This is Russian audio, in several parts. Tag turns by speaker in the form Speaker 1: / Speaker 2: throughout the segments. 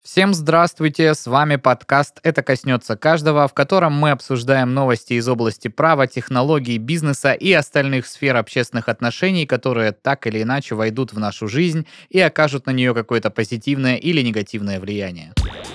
Speaker 1: Всем здравствуйте, с вами подкаст «Это коснется каждого», в котором мы обсуждаем новости из области права, технологий, бизнеса и остальных сфер общественных отношений, которые так или иначе войдут в нашу жизнь и окажут на нее какое-то позитивное или негативное влияние.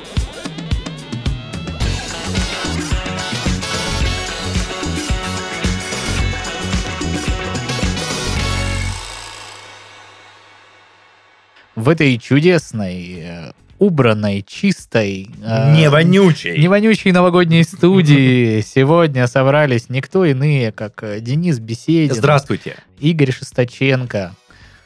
Speaker 1: В этой чудесной, убранной, чистой,
Speaker 2: не вонючей
Speaker 1: новогодней студии сегодня собрались никто иные, как Денис Беседин.
Speaker 2: Здравствуйте.
Speaker 1: Игорь Шестаченко.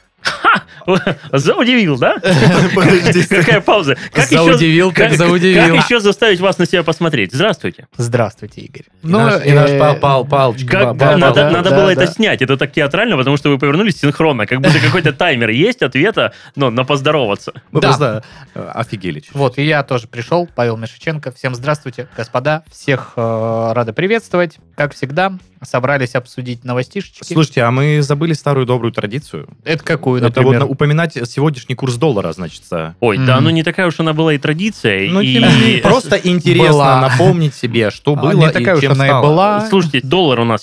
Speaker 3: Заудивил, да?
Speaker 2: Подожди.
Speaker 3: Какая пауза?
Speaker 1: Заудивил.
Speaker 3: Как еще заставить вас на себя посмотреть? Здравствуйте.
Speaker 1: Здравствуйте, Игорь.
Speaker 2: И наш Палыч.
Speaker 3: Надо было это снять. Это так театрально, потому что вы повернулись синхронно, как будто какой-то таймер есть ответа, но на поздороваться.
Speaker 2: Мы
Speaker 1: Да.
Speaker 2: просто офигели.
Speaker 1: Вот, и я тоже пришел, Павел Мишиченко. Всем здравствуйте, господа. Всех рады приветствовать. Как всегда, собрались обсудить новостишечки.
Speaker 2: Слушайте, а мы забыли старую добрую традицию.
Speaker 1: Это какую,
Speaker 2: Это
Speaker 1: например?
Speaker 2: вот упоминать сегодняшний курс доллара, значит.
Speaker 3: Ой, да, ну не такая уж она была и традиция.
Speaker 2: Ну,
Speaker 3: и-
Speaker 2: тем не менее, просто интересно
Speaker 1: Была.
Speaker 2: напомнить себе, что было
Speaker 1: не такая
Speaker 2: и
Speaker 1: уж
Speaker 2: чем
Speaker 1: она и
Speaker 2: стало.
Speaker 1: была.
Speaker 3: Слушайте, доллар у нас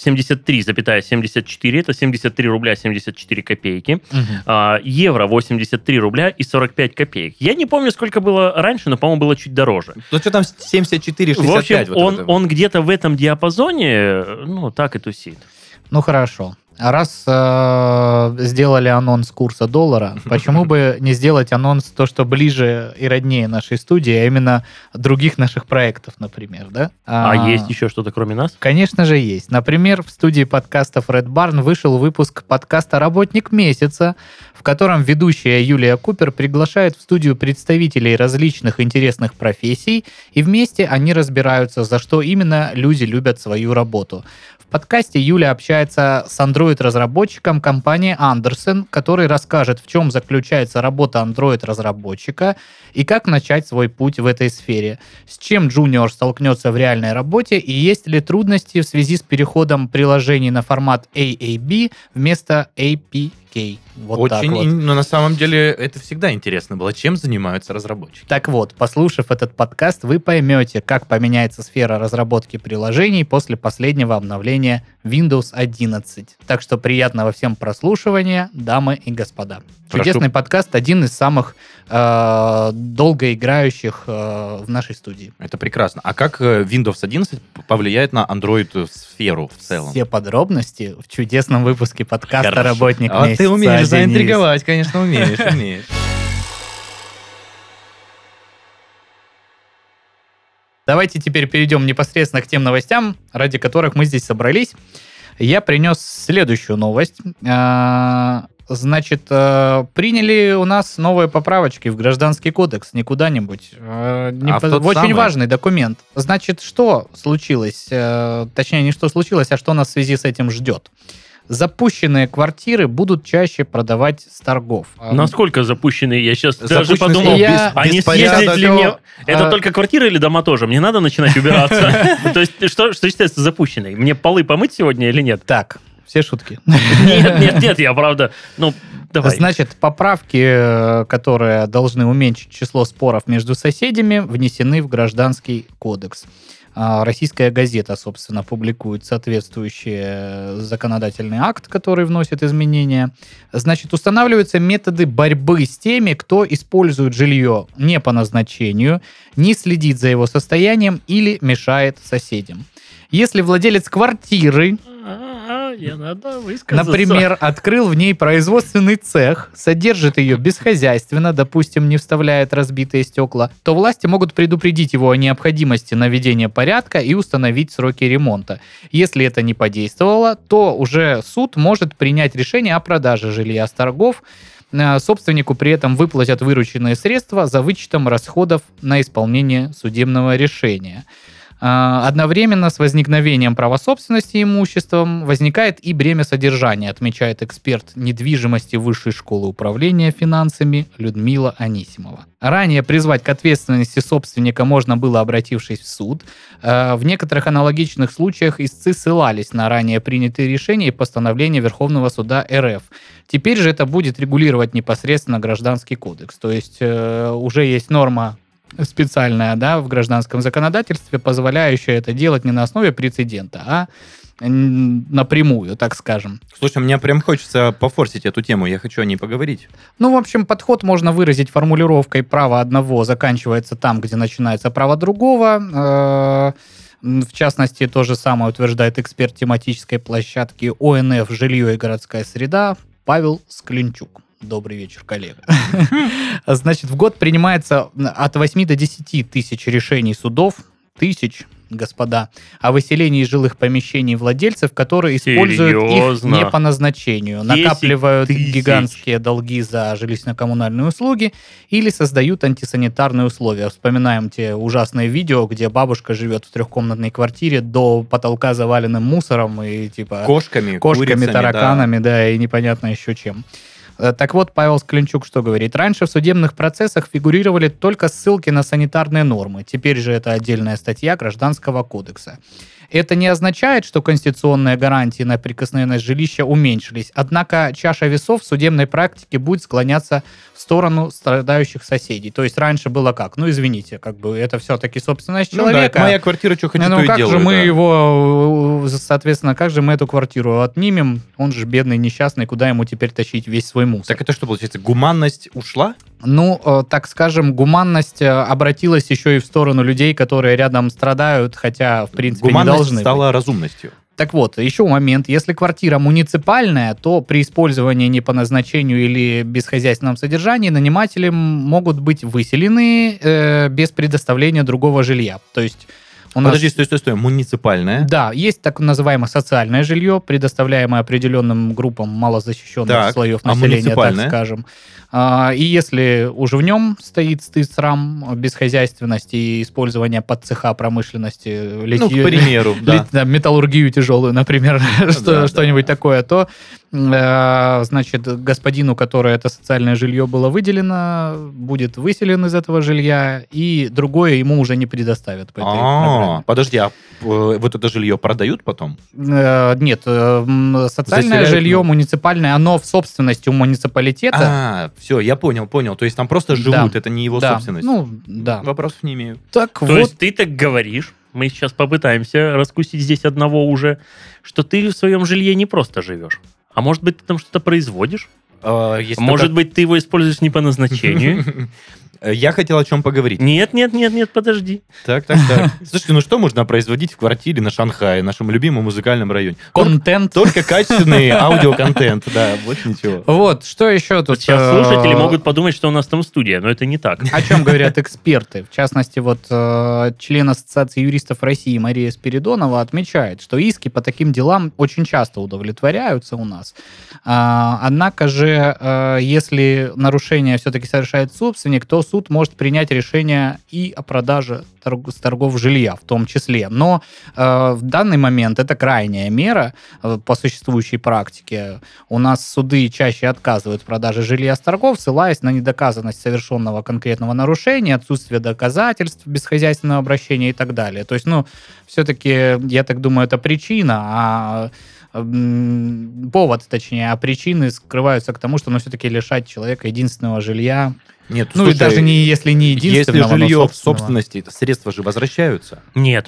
Speaker 3: 73,74, это 73 рубля 74 копейки.
Speaker 1: Мгм.
Speaker 3: Евро 83 рубля и 45 копеек. Я не помню, сколько было раньше, но, по-моему, было чуть дороже.
Speaker 2: Ну, что там 74,65?
Speaker 3: В общем,
Speaker 2: вот это.
Speaker 3: он где-то в этом диапазоне, ну, так и тусит.
Speaker 1: Ну хорошо. А раз сделали анонс курса доллара, почему бы не сделать анонс то, что ближе и роднее нашей студии, а именно других наших проектов, например, да?
Speaker 3: А есть еще что-то кроме нас?
Speaker 1: Конечно же, есть. Например, в студии подкастов Red Barn вышел выпуск подкаста «Работник месяца», в котором ведущая Юлия Купер приглашает в студию представителей различных интересных профессий, и вместе они разбираются, за что именно люди любят свою работу. В подкасте Юля общается с Android-разработчиком компании Anderson, который расскажет, в чем заключается работа Android-разработчика и как начать свой путь в этой сфере, с чем джуниор столкнется в реальной работе и есть ли трудности в связи с переходом приложений на формат AAB вместо APK. Вот так вот.
Speaker 2: Но на самом деле это всегда интересно было, чем занимаются разработчики.
Speaker 1: Так вот, послушав этот подкаст, вы поймете, как поменяется сфера разработки приложений после последнего обновления Windows 11. Так что приятного всем прослушивания, дамы и господа.
Speaker 2: Прошу.
Speaker 1: Чудесный подкаст, один из самых долгоиграющих в нашей студии.
Speaker 2: Это прекрасно. А как Windows 11 повлияет на Android-сферу в целом?
Speaker 1: Все подробности в чудесном выпуске подкаста
Speaker 3: Хорошо.
Speaker 1: «Работник
Speaker 2: А
Speaker 1: месяца».
Speaker 2: ты умеешь
Speaker 1: Денис.
Speaker 2: заинтриговать, конечно, умеешь.
Speaker 1: Давайте теперь перейдем непосредственно к тем новостям, ради которых мы здесь собрались. Я принес следующую новость. Значит, приняли у нас новые поправочки в Гражданский кодекс, не куда-нибудь.
Speaker 2: в тот
Speaker 1: Очень
Speaker 2: самый?
Speaker 1: важный документ. Значит, что случилось? Точнее, не что случилось, а что нас в связи с этим ждет. Запущенные квартиры будут чаще продавать с торгов.
Speaker 3: Насколько запущенные? Я сейчас даже
Speaker 2: Запущенные
Speaker 3: подумал,
Speaker 1: Я-
Speaker 3: а не
Speaker 2: беспорядок.
Speaker 3: съездить ли мне... Это
Speaker 1: А-
Speaker 3: только квартиры или дома тоже? Мне надо начинать убираться. То есть что считается запущенной? Мне полы помыть сегодня или нет?
Speaker 1: Так, все шутки.
Speaker 3: Нет, я правда... Ну, давай.
Speaker 1: Значит, поправки, которые должны уменьшить число споров между соседями, внесены в Гражданский кодекс. Российская газета, собственно, публикует соответствующий законодательный акт, который вносит изменения. Значит, устанавливаются методы борьбы с теми, кто использует жилье не по назначению, не следит за его состоянием или мешает соседям. Если владелец квартиры,
Speaker 3: Надо высказаться.
Speaker 1: например, открыл в ней производственный цех, содержит ее безхозяйственно, допустим, не вставляет разбитые стекла, то власти могут предупредить его о необходимости наведения порядка и установить сроки ремонта. Если это не подействовало, то уже суд может принять решение о продаже жилья с торгов. Собственнику при этом выплатят вырученные средства за вычетом расходов на исполнение судебного решения. Одновременно с возникновением права собственности имуществом возникает и бремя содержания, отмечает эксперт недвижимости Высшей школы управления финансами Людмила Анисимова. Ранее призвать к ответственности собственника можно было, обратившись в суд. В некоторых аналогичных случаях истцы ссылались на ранее принятые решения и постановления Верховного суда РФ. Теперь же это будет регулировать непосредственно Гражданский кодекс. То есть уже есть норма специальная, да, в гражданском законодательстве, позволяющая это делать не на основе прецедента, а напрямую, так скажем.
Speaker 2: Слушай, мне прям хочется пофорсить эту тему, я хочу о ней поговорить.
Speaker 1: Ну, в общем, подход можно выразить формулировкой «право одного заканчивается там, где начинается право другого». В частности, то же самое утверждает эксперт тематической площадки ОНФ «Жилье и городская среда» Павел Скленчук. Добрый вечер, коллега. Значит, в год принимается от 8 до 10 тысяч решений судов, господа, о выселении из жилых помещений владельцев, которые используют их не по назначению, накапливают гигантские долги за жилищно-коммунальные услуги или создают антисанитарные условия. Вспоминаем те ужасные видео, где бабушка живет в трехкомнатной квартире до потолка заваленным мусором и типа
Speaker 2: кошками, курицами,
Speaker 1: тараканами, да, и непонятно еще чем. Так вот, Павел Скленчук что говорит? Раньше в судебных процессах фигурировали только ссылки на санитарные нормы. Теперь же это отдельная статья Гражданского кодекса. Это не означает, что конституционные гарантии на прикосновенность жилища уменьшились. Однако чаша весов в судебной практике будет склоняться в сторону страдающих соседей. То есть раньше было как? Ну, извините, как бы это все-таки собственность человека.
Speaker 2: Да, моя квартира, что хочу, то и
Speaker 1: как
Speaker 2: делаю.
Speaker 1: Же мы его, соответственно, как же мы эту квартиру отнимем? Он же бедный, несчастный, куда ему теперь тащить весь свой мусор?
Speaker 2: Так это что, получается, гуманность ушла?
Speaker 1: Ну, так скажем, гуманность обратилась еще и в сторону людей, которые рядом страдают, хотя, в принципе,
Speaker 2: гуманность
Speaker 1: не должны
Speaker 2: стала
Speaker 1: быть.
Speaker 2: разумностью.
Speaker 1: Так вот, еще момент. Если квартира муниципальная, то при использовании не по назначению или безхозяйственном содержании наниматели могут быть выселены без предоставления другого жилья. То есть
Speaker 2: Подожди, стой. Муниципальное?
Speaker 1: Да, есть так называемое социальное жилье, предоставляемое определенным группам малозащищенных слоев населения, так скажем. И если уже в нем стоит стыд, срам, безхозяйственность и использование под цеха промышленности,
Speaker 2: к примеру,
Speaker 1: металлургию тяжелую, например, что-нибудь такое, то, значит, господину, которое это социальное жилье было выделено, будет выселен из этого жилья, и другое ему уже не предоставят по этой программе.
Speaker 2: Подожди, а вот это жилье продают потом?
Speaker 1: Нет, социальное жилье муниципальное, оно в собственности у муниципалитета.
Speaker 2: Все, я понял. То есть там просто живут, это не его собственность.
Speaker 1: Ну, да.
Speaker 2: Вопросов не имею.
Speaker 3: То есть ты так говоришь, мы сейчас попытаемся раскусить здесь одного уже, что ты в своем жилье не просто живешь, а может быть, ты там что-то производишь? Может быть, ты его используешь не по назначению?
Speaker 2: Я хотел о чем поговорить.
Speaker 3: Нет, подожди.
Speaker 2: Так. Слушайте, ну что можно производить в квартире на Шанхае, нашем любимом музыкальном районе?
Speaker 1: Контент.
Speaker 2: Только качественный аудиоконтент, да, больше ничего.
Speaker 1: Вот, что еще тут?
Speaker 3: Сейчас слушатели могут подумать, что у нас там студия, но это не так.
Speaker 1: О чем говорят эксперты? В частности, вот член Ассоциации юристов России Мария Спиридонова отмечает, что иски по таким делам очень часто удовлетворяются у нас. Однако же, если нарушение все-таки совершает собственник, то суд может принять решение и о продаже с торгов жилья в том числе. Но в данный момент это крайняя мера по существующей практике. У нас суды чаще отказывают в продаже жилья с торгов, ссылаясь на недоказанность совершенного конкретного нарушения, отсутствие доказательств бесхозяйственного обращения и так далее. То есть, все-таки, я так думаю, это причина, повод, точнее, а причины скрываются к тому, что все-таки лишать человека единственного жилья.
Speaker 2: Нет,
Speaker 1: слушай, и даже если не единственного,
Speaker 2: если жилье в собственности, средства же возвращаются.
Speaker 3: Нет.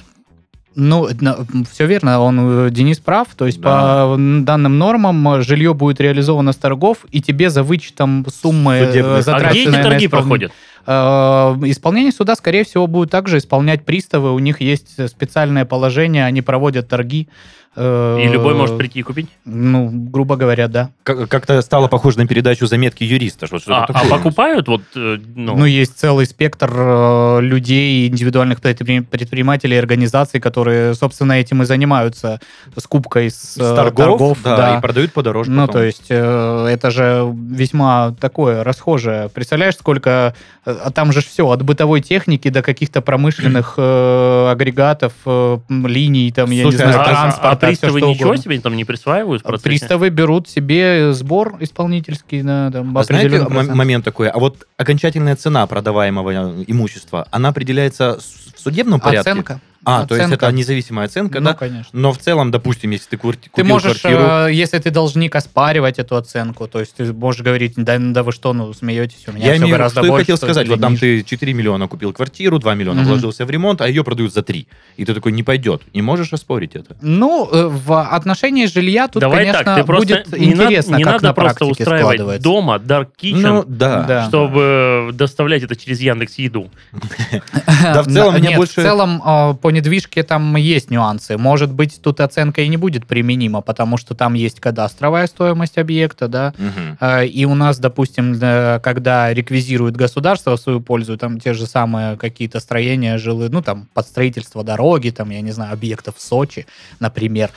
Speaker 1: Все верно, Денис прав. То есть по данным нормам жилье будет реализовано с торгов, и тебе за вычетом суммы затраченной...
Speaker 3: А где эти торги проходят?
Speaker 1: Исполнение суда, скорее всего, будут также исполнять приставы. У них есть специальное положение, они проводят торги.
Speaker 3: И любой может прийти и купить?
Speaker 1: Грубо говоря, да.
Speaker 2: Как-то стало похоже на передачу «Заметки юриста».
Speaker 3: А покупают?
Speaker 1: Есть целый спектр людей, индивидуальных предпринимателей и организаций, которые, собственно, этим и занимаются. Скупкой с торгов.
Speaker 2: Да, и продают подороже потом.
Speaker 1: То есть это же весьма такое расхожее. Представляешь, сколько... Там же все, от бытовой техники до каких-то промышленных агрегатов, линий, транспорта.
Speaker 3: А приставы ничего себе там не присваивают в процессе?
Speaker 1: Приставы берут себе сбор исполнительский на
Speaker 2: определенный процент. Момент такой, а вот окончательная цена продаваемого имущества, она определяется в судебном порядке? то есть это независимая оценка, да?
Speaker 1: Конечно.
Speaker 2: Но в целом, допустим, если ты купил
Speaker 1: ты можешь,
Speaker 2: квартиру...
Speaker 1: если ты должник, оспаривать эту оценку, то есть ты можешь говорить, да вы что, смеетесь, у меня
Speaker 2: Я
Speaker 1: все
Speaker 2: имею,
Speaker 1: гораздо
Speaker 2: что
Speaker 1: больше.
Speaker 2: я хотел сказать, вот там ты 4 миллиона купил квартиру, 2 миллиона вложился в ремонт, а ее продают за 3. И ты такой, не пойдет. И можешь оспорить это.
Speaker 1: В отношении жилья тут,
Speaker 3: давай
Speaker 1: конечно,
Speaker 3: так,
Speaker 1: будет интересно,
Speaker 3: не
Speaker 1: как
Speaker 3: надо
Speaker 1: на
Speaker 3: просто
Speaker 1: практике
Speaker 3: устраивать
Speaker 1: складывается.
Speaker 3: дома Dark Kitchen,
Speaker 1: Да.
Speaker 3: чтобы доставлять это через Яндекс.Еду.
Speaker 2: Да, в целом мне больше...
Speaker 1: в целом по недвижке там есть нюансы. Может быть, тут оценка и не будет применима, потому что там есть кадастровая стоимость объекта, да, и у нас, допустим, когда реквизирует государство в свою пользу, там те же самые какие-то строения жилые, там, под строительство дороги, там, я не знаю, объектов в Сочи, например,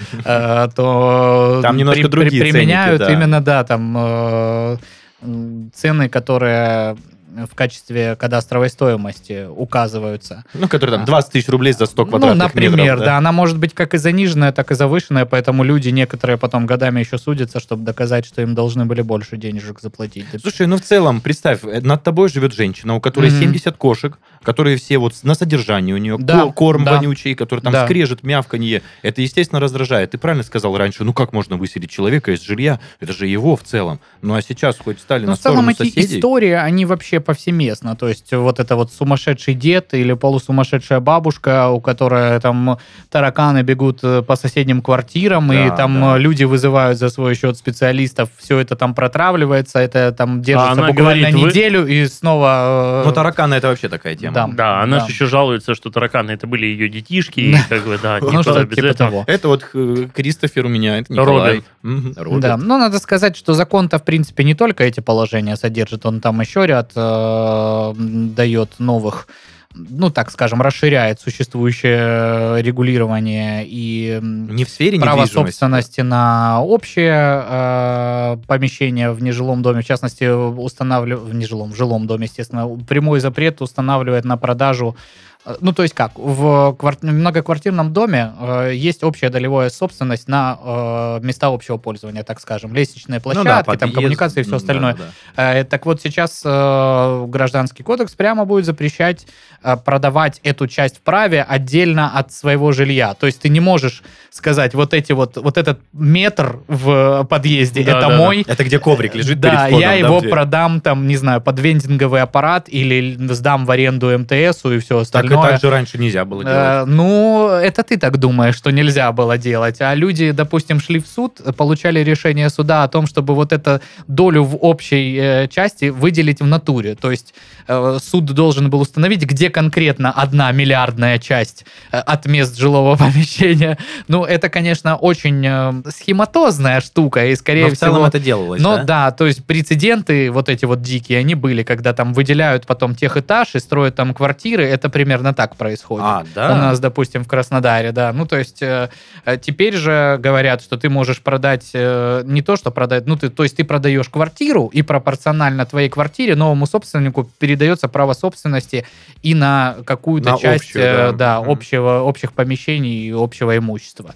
Speaker 1: то
Speaker 2: там немножко другие
Speaker 1: применяют
Speaker 2: ценники, да.
Speaker 1: именно, да, там цены, которые в качестве кадастровой стоимости указываются.
Speaker 2: Которые там 20 тысяч рублей за 100 квадратных метров.
Speaker 1: Например, да. Она может быть как и заниженная, так и завышенная, поэтому люди некоторые потом годами еще судятся, чтобы доказать, что им должны были больше денежек заплатить.
Speaker 2: Слушай, в целом, представь, над тобой живет женщина, у которой 70 кошек, которые все вот на содержании у нее, корм вонючий, который там скрежет, мявканье. Это, естественно, раздражает. Ты правильно сказал раньше, как можно выселить человека из жилья? Это же его в целом. А сейчас хоть стали на сторону соседей.
Speaker 1: В целом эти истории, они вообще повсеместно. То есть вот это вот сумасшедший дед или полусумасшедшая бабушка, у которой там тараканы бегут по соседним квартирам, и там люди вызывают за свой счет специалистов, все это там протравливается, это там держится буквально неделю, и снова...
Speaker 2: тараканы — это вообще такая тема.
Speaker 3: Да, она же еще жалуется, что тараканы — это были ее детишки, и
Speaker 1: что-то типа того.
Speaker 2: Это вот Кристофер у меня, это Николай.
Speaker 1: Роберт. Да, надо сказать, что закон-то, в принципе, не только эти положения содержит, он там еще ряд дает новых, так скажем, расширяет существующее регулирование и
Speaker 2: не в сфере
Speaker 1: право собственности на общее помещение в нежилом доме, в частности, в жилом доме, естественно, прямой запрет устанавливает на продажу. То есть как? В многоквартирном доме есть общая долевая собственность на места общего пользования, так скажем. Лестничные площадки, там коммуникации и все остальное. Да. Так вот сейчас Гражданский кодекс прямо будет запрещать продавать эту часть в праве отдельно от своего жилья. То есть ты не можешь сказать, вот этот метр в подъезде, это мой.
Speaker 2: Это где коврик лежит перед входом.
Speaker 1: Я его продам, там, не знаю, под вендинговый аппарат или сдам в аренду МТСу и все остальное.
Speaker 2: Так же раньше нельзя было делать.
Speaker 1: Это ты так думаешь, что нельзя было делать. А люди, допустим, шли в суд, получали решение суда о том, чтобы вот эту долю в общей части выделить в натуре. То есть суд должен был установить, где конкретно 1 миллиардная часть от мест жилого помещения. Это, конечно, очень схематозная штука, и, скорее всего...
Speaker 2: в целом это делалось,
Speaker 1: да, то есть прецеденты вот эти вот дикие, они были, когда там выделяют потом техэтаж и строят там квартиры, это примерно так происходит. У нас, допустим, в Краснодаре, да. То есть теперь же говорят, что ты можешь продать не то, что продать, то есть ты продаешь квартиру, и пропорционально твоей квартире новому собственнику передается право собственности и на какую-то часть общих помещений и общего имущества.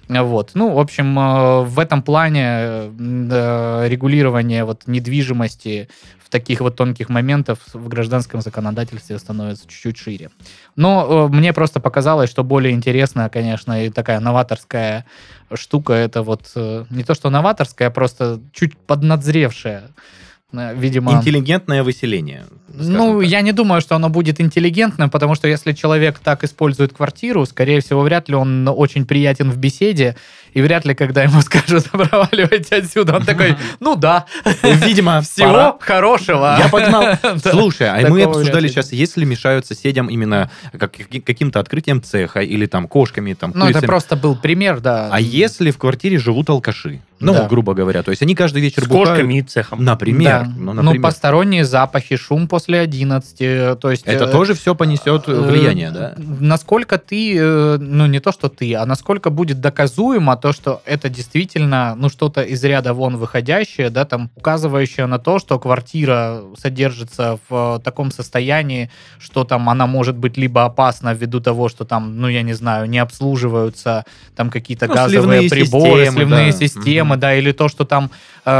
Speaker 1: В общем, в этом плане регулирование недвижимости в таких тонких моментах в гражданском законодательстве становится чуть-чуть шире. Но мне просто показалось, что более интересная, конечно, и такая новаторская штука, это не то, что новаторская, а просто чуть поднадзревшая. Видимо...
Speaker 2: Интеллигентное выселение.
Speaker 1: Я не думаю, что оно будет интеллигентным, потому что если человек так использует квартиру, скорее всего, вряд ли он очень приятен в беседе, и вряд ли, когда ему скажут проваливайте отсюда, он такой, да,
Speaker 2: видимо,
Speaker 1: всего хорошего.
Speaker 2: Я погнал. Слушай, а мы обсуждали сейчас, если мешают соседям именно каким-то открытием цеха или там кошками, там курицами.
Speaker 1: Это просто был пример, да.
Speaker 2: А если в квартире живут алкаши? Грубо говоря, то есть они каждый вечер
Speaker 3: бухают. С кошками и цехом.
Speaker 2: Например.
Speaker 1: Посторонние запахи, шум после 11. То есть,
Speaker 2: это тоже все понесет влияние, да?
Speaker 1: Насколько ты, не то, что ты, а насколько будет доказуемо то, что это действительно, что-то из ряда вон выходящее, да, там, указывающее на то, что квартира содержится в таком состоянии, что там она может быть либо опасна ввиду того, что там, я не знаю, не обслуживаются там какие-то газовые приборы, сливные системы, да, или то, что там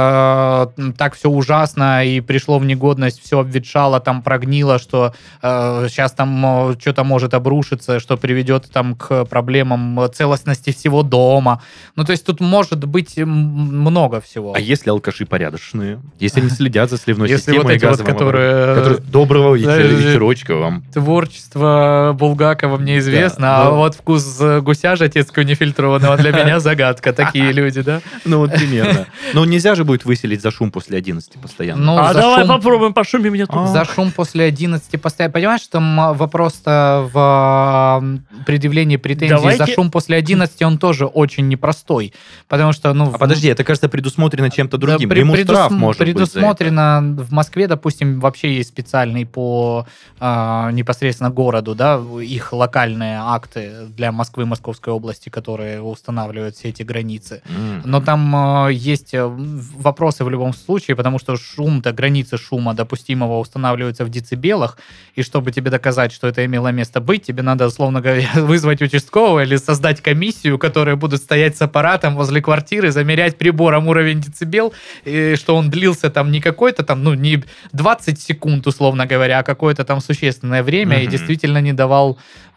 Speaker 1: так все ужасно и пришло в негодность, все обветшало, там прогнило, что сейчас там что-то может обрушиться, что приведет там к проблемам целостности всего дома. То есть тут может быть много всего.
Speaker 2: А если алкаши порядочные? Если они следят за сливной
Speaker 1: если
Speaker 2: системой
Speaker 1: вот эти
Speaker 2: и газовым
Speaker 1: которые
Speaker 2: доброго вечерочка вам.
Speaker 1: Творчество Булгакова мне известно, а вот вкус гуся жатецкого нефильтрованного для меня загадка. Такие люди, да?
Speaker 2: Вот примерно. Но нельзя же будет выселить за шум после 11 постоянно.
Speaker 3: Давай попробуем, пошуми меня тут.
Speaker 1: За шум после 11 постоянно. Понимаешь, там вопрос-то в предъявлении претензий за шум после 11, он тоже очень непростой. Потому что,
Speaker 2: подожди, это, кажется, предусмотрено чем-то другим. Ему штраф может быть.
Speaker 1: Предусмотрено в Москве, допустим, вообще есть специальный по непосредственно городу, да, их локальные акты для Москвы и Московской области, которые устанавливают все эти границы. Но там есть вопросы в любом случае, потому что шум-то, границы шума допустимого устанавливаются в децибелах, и чтобы тебе доказать, что это имело место быть, тебе надо, условно говоря, вызвать участкового или создать комиссию, которые будут стоять с аппаратом возле квартиры, замерять прибором уровень децибел, и что он длился там не какой-то там, не 20 секунд, условно говоря, а какое-то там существенное время, и действительно не давал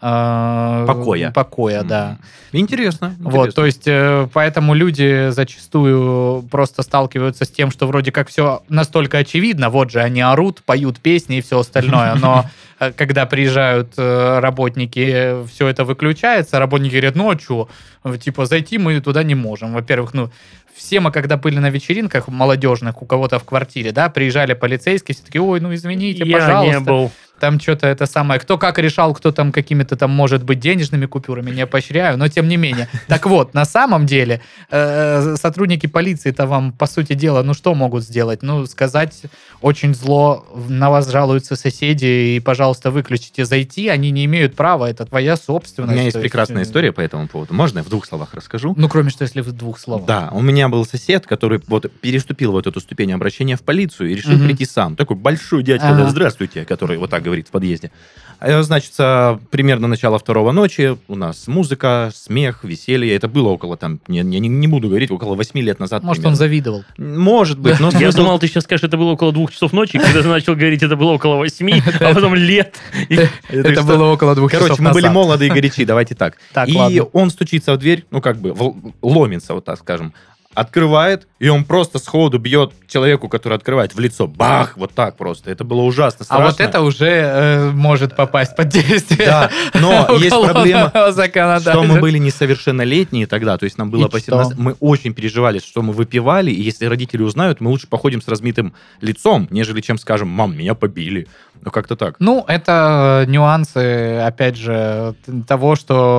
Speaker 1: покоя, да.
Speaker 2: Интересно.
Speaker 1: Вот, то есть, поэтому люди зачастую просто сталкиваются с тем, что вроде как все настолько очевидно, вот же они орут, поют песни и все остальное, но когда приезжают работники, все это выключается, работники говорят, а что, типа, зайти мы туда не можем. Во-первых, все мы, когда были на вечеринках молодежных у кого-то в квартире, да, приезжали полицейские, все такие, ой, извините, пожалуйста.
Speaker 3: Я не был.
Speaker 1: Там что-то это самое, кто как решал, кто там какими-то там, может быть, денежными купюрами, не поощряю, но тем не менее. Так вот, на самом деле, сотрудники полиции-то вам, по сути дела, что могут сделать? Сказать очень зло, на вас жалуются соседи, и, пожалуйста, выключите, зайти, они не имеют права, это твоя собственность.
Speaker 2: У меня есть прекрасная история по этому поводу. Можно я в 2 словах расскажу?
Speaker 1: Кроме что, если в 2 словах.
Speaker 2: Да, у меня был сосед, который переступил вот эту ступень обращения в полицию и решил прийти сам. Такой большой дядька, да, здравствуйте, который вот так говорит в подъезде. Значит, примерно начало 2 ночи, у нас музыка, смех, веселье. Это было около, я не буду говорить, около 8 лет назад.
Speaker 1: Может,
Speaker 2: примерно.
Speaker 1: он завидовал.
Speaker 2: Может быть. Но
Speaker 3: я думал, ты сейчас скажешь, это было около 2 часов ночи, когда ты начал говорить, это было около 8, а потом лет.
Speaker 1: Это было около 2 часов
Speaker 2: назад. Короче, мы были молоды и горячи, давайте так. И он стучится в дверь, ломится, вот так скажем. Открывает, и он просто сходу бьет человеку, который открывает, в лицо. Бах! Вот так просто. Это было ужасно, страшно.
Speaker 1: А вот это уже может попасть под действие.
Speaker 2: Да, но есть проблема, что мы были несовершеннолетние тогда, то есть нам было по 17. Мы очень переживали, что мы выпивали, и если родители узнают, мы лучше походим с разбитым лицом, нежели чем скажем, мам, меня побили. Как-то так.
Speaker 1: Это нюансы, опять же, того,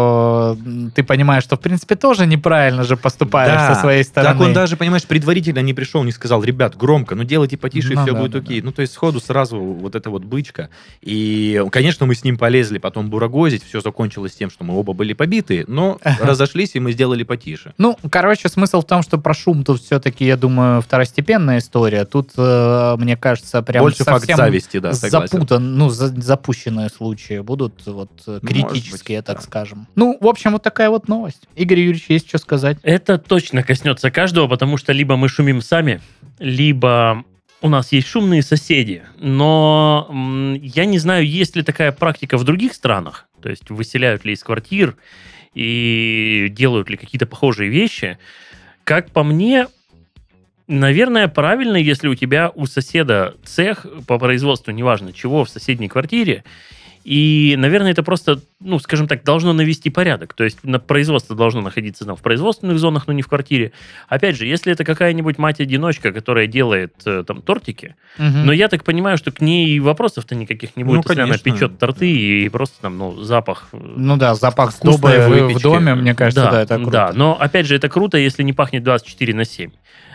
Speaker 1: что ты понимаешь, что, в принципе, тоже неправильно же поступаешь со своей стороны.
Speaker 2: Так он даже, понимаешь, предварительно не пришел, не сказал, ребят, громко, делайте потише, и все будет окей. То есть сходу сразу вот эта вот бычка. И, конечно, мы с ним полезли потом бурагозить, все закончилось тем, что мы оба были побиты, но разошлись, и мы сделали потише.
Speaker 1: Смысл в том, что про шум тут все-таки, я думаю, второстепенная история. Тут, мне кажется, прям
Speaker 2: больше факт зависти, да, согласен.
Speaker 1: Запущенные случаи будут критические, так скажем. В общем, вот такая вот новость. Игорь Юрьевич, есть что сказать?
Speaker 3: Это точно коснется каждого, потому что либо мы шумим сами, либо у нас есть шумные соседи. Но я не знаю, есть ли такая практика в других странах, то есть выселяют ли из квартир и делают ли какие-то похожие вещи. Как по мне, наверное, правильно, если у соседа цех по производству, неважно чего, в соседней квартире, и, наверное, это просто, скажем так, должно навести порядок. То есть производство должно находиться в производственных зонах, но не в квартире. Опять же, если это какая-нибудь мать-одиночка, которая делает там тортики, но я так понимаю, что к ней вопросов-то никаких не будет, если она печет торты и просто там, запах...
Speaker 1: запах сдобы в доме, мне кажется, это круто.
Speaker 3: Да, но, опять же, это круто, если не пахнет 24/7.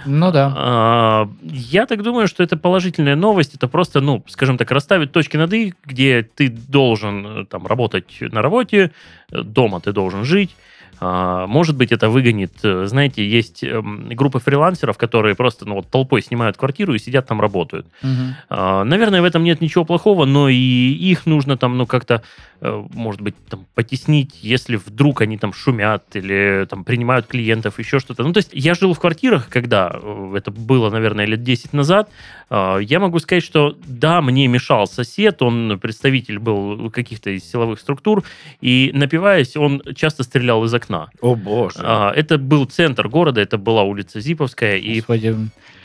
Speaker 3: Я так думаю, что это положительная новость. Это просто, скажем так, расставить точки над «и», где ты должен там работать на работе, дома ты должен жить. Может быть, это выгонит... Знаете, есть группы фрилансеров, которые просто толпой снимают квартиру и сидят там, работают. Наверное, в этом нет ничего плохого, но и их нужно там, как-то, может быть, там, потеснить, если вдруг они там шумят или там принимают клиентов, еще что-то. То есть я жил в квартирах, когда это было, наверное, лет 10 назад. Я могу сказать, что да, мне мешал сосед, он представитель был каких-то из силовых структур, и напиваясь, он часто стрелял из окна.
Speaker 2: О, боже.
Speaker 3: Это был центр города, это была улица Зиповская.
Speaker 1: Господи.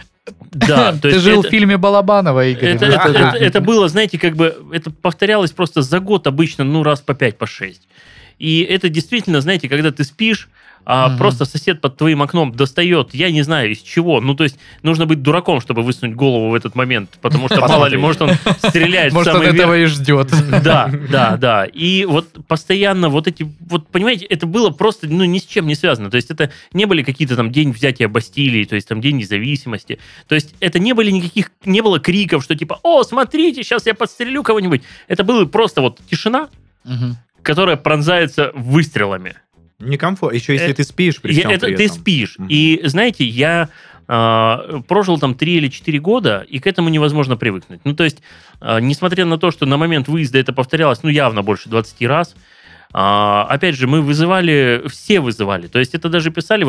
Speaker 3: Да, то
Speaker 1: ты
Speaker 3: есть
Speaker 1: жил в фильме Балабанова, Игорь.
Speaker 3: Это было, знаете, это повторялось просто за год обычно, раз по 5, по 6. И это действительно, знаете, когда ты спишь, просто сосед под твоим окном достает, я не знаю из чего. То есть нужно быть дураком, чтобы высунуть голову в этот момент, потому что, мало ли, может, он стреляет в самый верх.
Speaker 1: Может, он этого и ждет.
Speaker 3: Да. И вот постоянно понимаете, это было просто, ни с чем не связано. То есть это не были какие-то там день взятия Бастилии, то есть там день независимости. То есть это не было криков, что типа, о, смотрите, сейчас я подстрелю кого-нибудь. Это было просто тишина, которая пронзается выстрелами.
Speaker 2: Некомфортно. Еще если ты спишь при всем при этом.
Speaker 3: Ты спишь. И, знаете, я прожил там 3 или 4 года, и к этому невозможно привыкнуть. То есть, несмотря на то, что на момент выезда это повторялось, явно больше 20 раз, опять же, все вызывали. То есть это даже писали,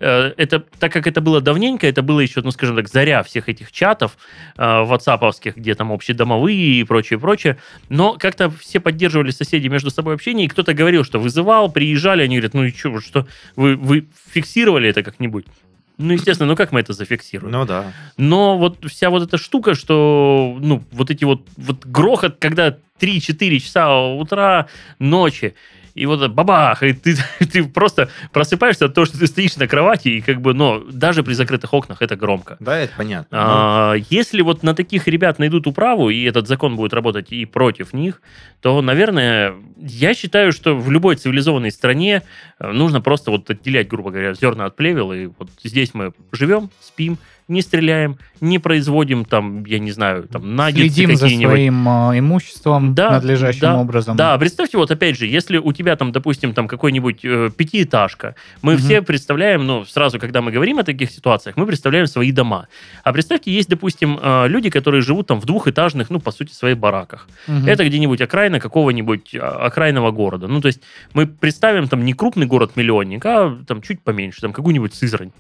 Speaker 3: так как это было давненько, это было еще, скажем так, заря всех этих чатов ватсаповских, где там общедомовые и прочее. Но как-то все поддерживали соседи между собой общение, и кто-то говорил, что вызывал, приезжали, они говорят, и что, вы фиксировали это как-нибудь? Естественно, как мы это зафиксируем?
Speaker 2: Да.
Speaker 3: Но вся эта штука, что, эти грохот, когда 3-4 часа утра, ночи, и бабах, и ты просто просыпаешься от того, что ты стоишь на кровати, и даже при закрытых окнах это громко.
Speaker 2: Да, это понятно.
Speaker 3: Если на таких ребят найдут управу, и этот закон будет работать и против них, то, наверное, я считаю, что в любой цивилизованной стране нужно просто отделять, грубо говоря, зерна от плевел, и здесь мы живем, спим, не стреляем, не производим я не знаю, наггетсы какие-нибудь.
Speaker 1: Следим за своим имуществом надлежащим образом.
Speaker 3: Да, представьте, опять же, если у тебя допустим, какой-нибудь пятиэтажка, мы все представляем, сразу, когда мы говорим о таких ситуациях, мы представляем свои дома. А представьте, есть, допустим, люди, которые живут в двухэтажных, по сути, своих бараках. Это где-нибудь окраина какого-нибудь окраинного города. То есть мы представим не крупный город-миллионник, а чуть поменьше, какую-нибудь Сызрань.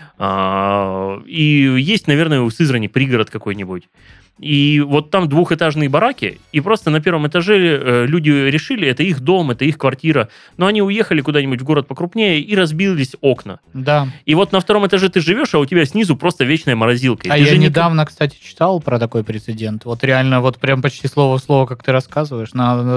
Speaker 3: И есть, наверное, у Сызрани пригород какой-нибудь. И там двухэтажные бараки, и просто на первом этаже люди решили, это их дом, это их квартира, но они уехали куда-нибудь в город покрупнее и разбились окна.
Speaker 1: Да.
Speaker 3: И на втором этаже ты живешь, а у тебя снизу просто вечная морозилка.
Speaker 1: А я недавно, кстати, читал про такой прецедент. Реально, прям почти слово в слово, как ты рассказываешь,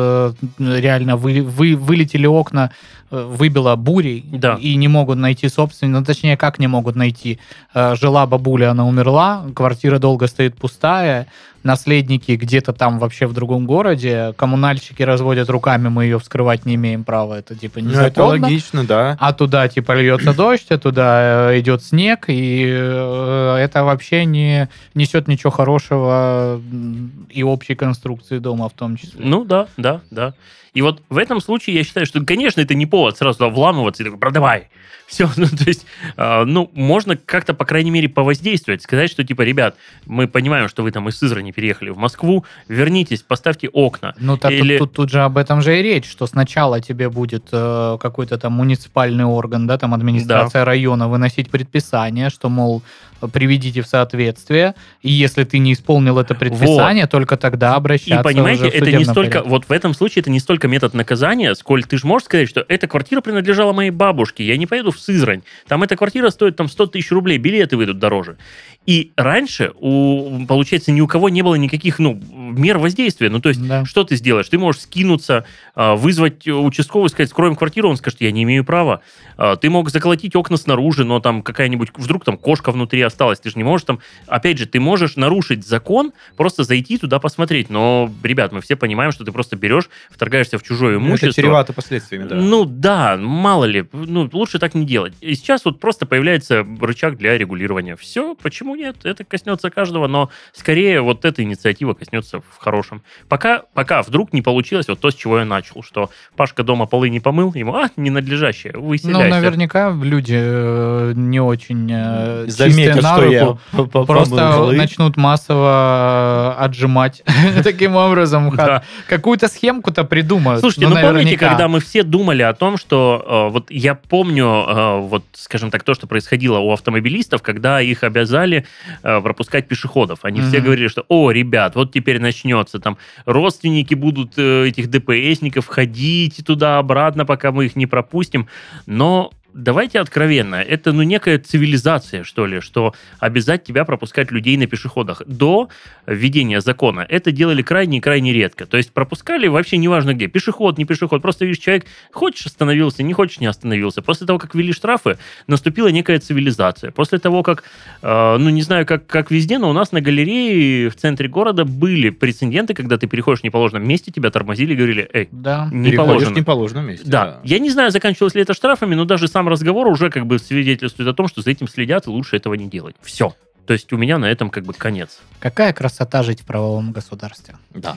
Speaker 1: реально вылетели окна, выбило бурей, и не могут найти собственника, точнее, как не могут найти. Жила бабуля, она умерла, квартира долго стоит пустая, наследники где-то там вообще в другом городе, коммунальщики разводят руками, мы ее вскрывать не имеем права, это незаконно.
Speaker 2: Это логично, да.
Speaker 1: А туда льется дождь, а туда идет снег, и это вообще не несет ничего хорошего и общей конструкции дома в том числе.
Speaker 3: Да. И в этом случае я считаю, что, конечно, это не повод сразу вламываться и такой, продавай. Все, то есть, можно как-то, по крайней мере, повоздействовать, сказать, что, ребят, мы понимаем, что вы из Сызрани переехали в Москву, вернитесь, поставьте окна.
Speaker 1: Тут же об этом же и речь, что сначала тебе будет какой-то муниципальный орган, администрация района выносить предписание, что, мол, приведите в соответствие, и если ты не исполнил это предписание, только тогда обращаться.
Speaker 3: И понимаете,
Speaker 1: уже в
Speaker 3: это не столько,
Speaker 1: порядке.
Speaker 3: в этом случае это не столько метод наказания, сколь ты же можешь сказать, что эта квартира принадлежала моей бабушке, я не поеду в Сызрань, там эта квартира стоит 100 тысяч рублей, билеты выйдут дороже. И раньше, получается, ни у кого не было никаких мер воздействия. То есть, что ты сделаешь? Ты можешь скинуться, вызвать участкового, сказать, скроем квартиру, он скажет, я не имею права. Ты мог заколотить окна снаружи, но какая-нибудь, вдруг кошка внутри осталась, ты же не можешь опять же, ты можешь нарушить закон, просто зайти туда посмотреть. Но, ребят, мы все понимаем, что ты просто берешь, вторгаешься в чужое имущество.
Speaker 2: Это чревато последствиями, да.
Speaker 3: Мало ли, лучше так не делать. И сейчас просто появляется рычаг для регулирования. Все, почему нет? Это коснется каждого, но скорее эта инициатива коснется в хорошем. Пока вдруг не получилось вот то, с чего я начал, что Пашка дома полы не помыл, ему, ненадлежащее, выселяйся.
Speaker 1: Ну, наверняка люди не очень
Speaker 2: заметят,
Speaker 1: на
Speaker 2: что
Speaker 1: руку,
Speaker 2: я
Speaker 1: просто начнут массово отжимать таким образом. Какую-то схемку-то придумают.
Speaker 3: Слушайте, помните, когда мы все думали о том, что вот я помню, вот, скажем так, то, что происходило у автомобилистов, когда их обязали пропускать пешеходов. Они все говорили, что, ребят, вот теперь начнется, там, родственники будут этих ДПСников ходить туда-обратно, пока мы их не пропустим. Но давайте откровенно, это некая цивилизация, что ли, что обязать тебя пропускать людей на пешеходах. До введения закона это делали крайне-крайне редко. То есть пропускали вообще неважно где. Пешеход, не пешеход. Просто видишь, человек хочешь остановился, не хочешь не остановился. После того, как ввели штрафы, наступила некая цивилизация. После того, как, не знаю, как везде, но у нас на галерее в центре города были прецеденты, когда ты переходишь в неположенном месте, тебя тормозили и говорили, не положено.
Speaker 2: в неположенном месте.
Speaker 3: Да. Я не знаю, заканчивалось ли это штрафами, но даже сам разговор уже как бы свидетельствует о том, что за этим следят, и лучше этого не делать. Все. То есть у меня на этом как бы конец.
Speaker 1: Какая красота жить в правовом государстве.
Speaker 3: Да.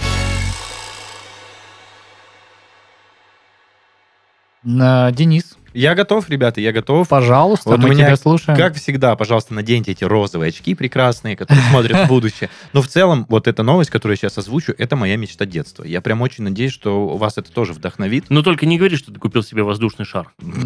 Speaker 1: Денис.
Speaker 2: Я готов, ребята, я готов.
Speaker 1: Пожалуйста,
Speaker 2: вот
Speaker 1: мы тебя слушаем.
Speaker 2: Как всегда, пожалуйста, наденьте эти розовые очки прекрасные, которые смотрят в будущее. Но в целом, вот эта новость, которую я сейчас озвучу, это моя мечта детства. Я прям очень надеюсь, что вас это тоже вдохновит.
Speaker 3: Но только не говори, что ты купил себе воздушный шар.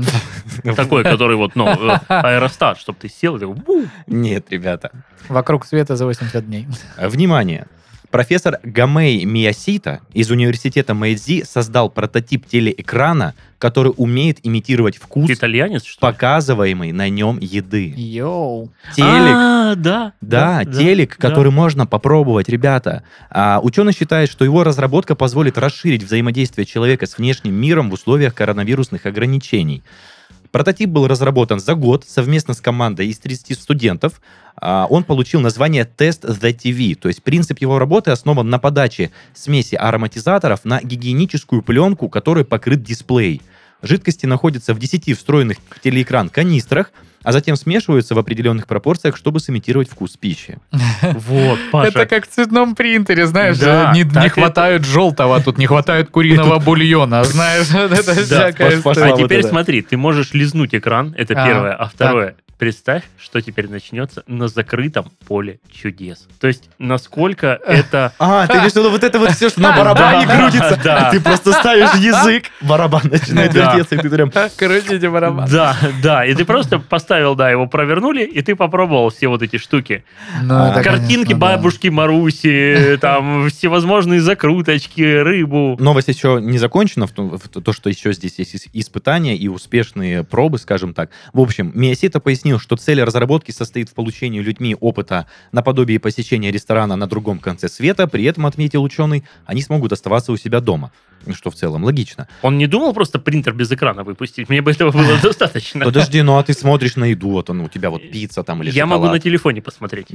Speaker 3: Такой, который аэростат, чтобы ты сел и такой...
Speaker 2: Нет, ребята.
Speaker 1: Вокруг света за 80 дней.
Speaker 2: Внимание! Профессор Гамей Миясита из университета Мэйдзи создал прототип телеэкрана, который умеет имитировать вкус
Speaker 3: итальянец, что ли?
Speaker 2: Показываемой на нем еды.
Speaker 1: Йоу.
Speaker 2: Телек.
Speaker 3: Да,
Speaker 2: телек, который можно попробовать, ребята. Ученый считает, что его разработка позволит расширить взаимодействие человека с внешним миром в условиях коронавирусных ограничений. Прототип был разработан за год совместно с командой из 30 студентов. Он получил название Test the TV, то есть принцип его работы основан на подаче смеси ароматизаторов на гигиеническую пленку, которой покрыт дисплей. Жидкости находятся в 10 встроенных в телеэкран канистрах, а затем смешиваются в определенных пропорциях, чтобы сымитировать вкус пищи.
Speaker 3: Вот, Паша.
Speaker 1: Это как в цветном принтере, знаешь, не хватает желтого, тут не хватает куриного бульона, знаешь, это всякая история.
Speaker 3: А теперь смотри, ты можешь лизнуть экран, это первое, а второе, представь, что теперь начнется на закрытом поле чудес. То есть, насколько это...
Speaker 2: ты имеешь в виду вот это вот все, что на барабане крутится, а ты просто ставишь язык, барабан начинает вертеться, и ты прям...
Speaker 1: Крутите барабан.
Speaker 3: Да, и ты просто поставил, его провернули, и ты попробовал все вот эти штуки. Картинки бабушки Маруси, там всевозможные закруточки, рыбу.
Speaker 2: Новость еще не закончена, в то, что еще здесь есть испытания и успешные пробы, скажем так. В общем, Миясита пояснил, что цель разработки состоит в получении людьми опыта наподобие посещения ресторана на другом конце света, при этом, отметил ученый, они смогут оставаться у себя дома. Что в целом логично.
Speaker 3: Он не думал просто принтер без экрана выпустить? Мне бы этого было достаточно.
Speaker 2: Подожди, а ты смотришь на еду, вот у тебя вот пицца там или шоколад.
Speaker 3: Я могу на телефоне посмотреть.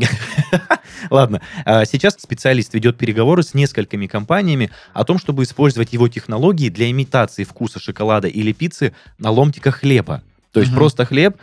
Speaker 2: Ладно, сейчас специалист ведет переговоры с несколькими компаниями о том, чтобы использовать его технологии для имитации вкуса шоколада или пиццы на ломтиках хлеба. То есть просто хлеб,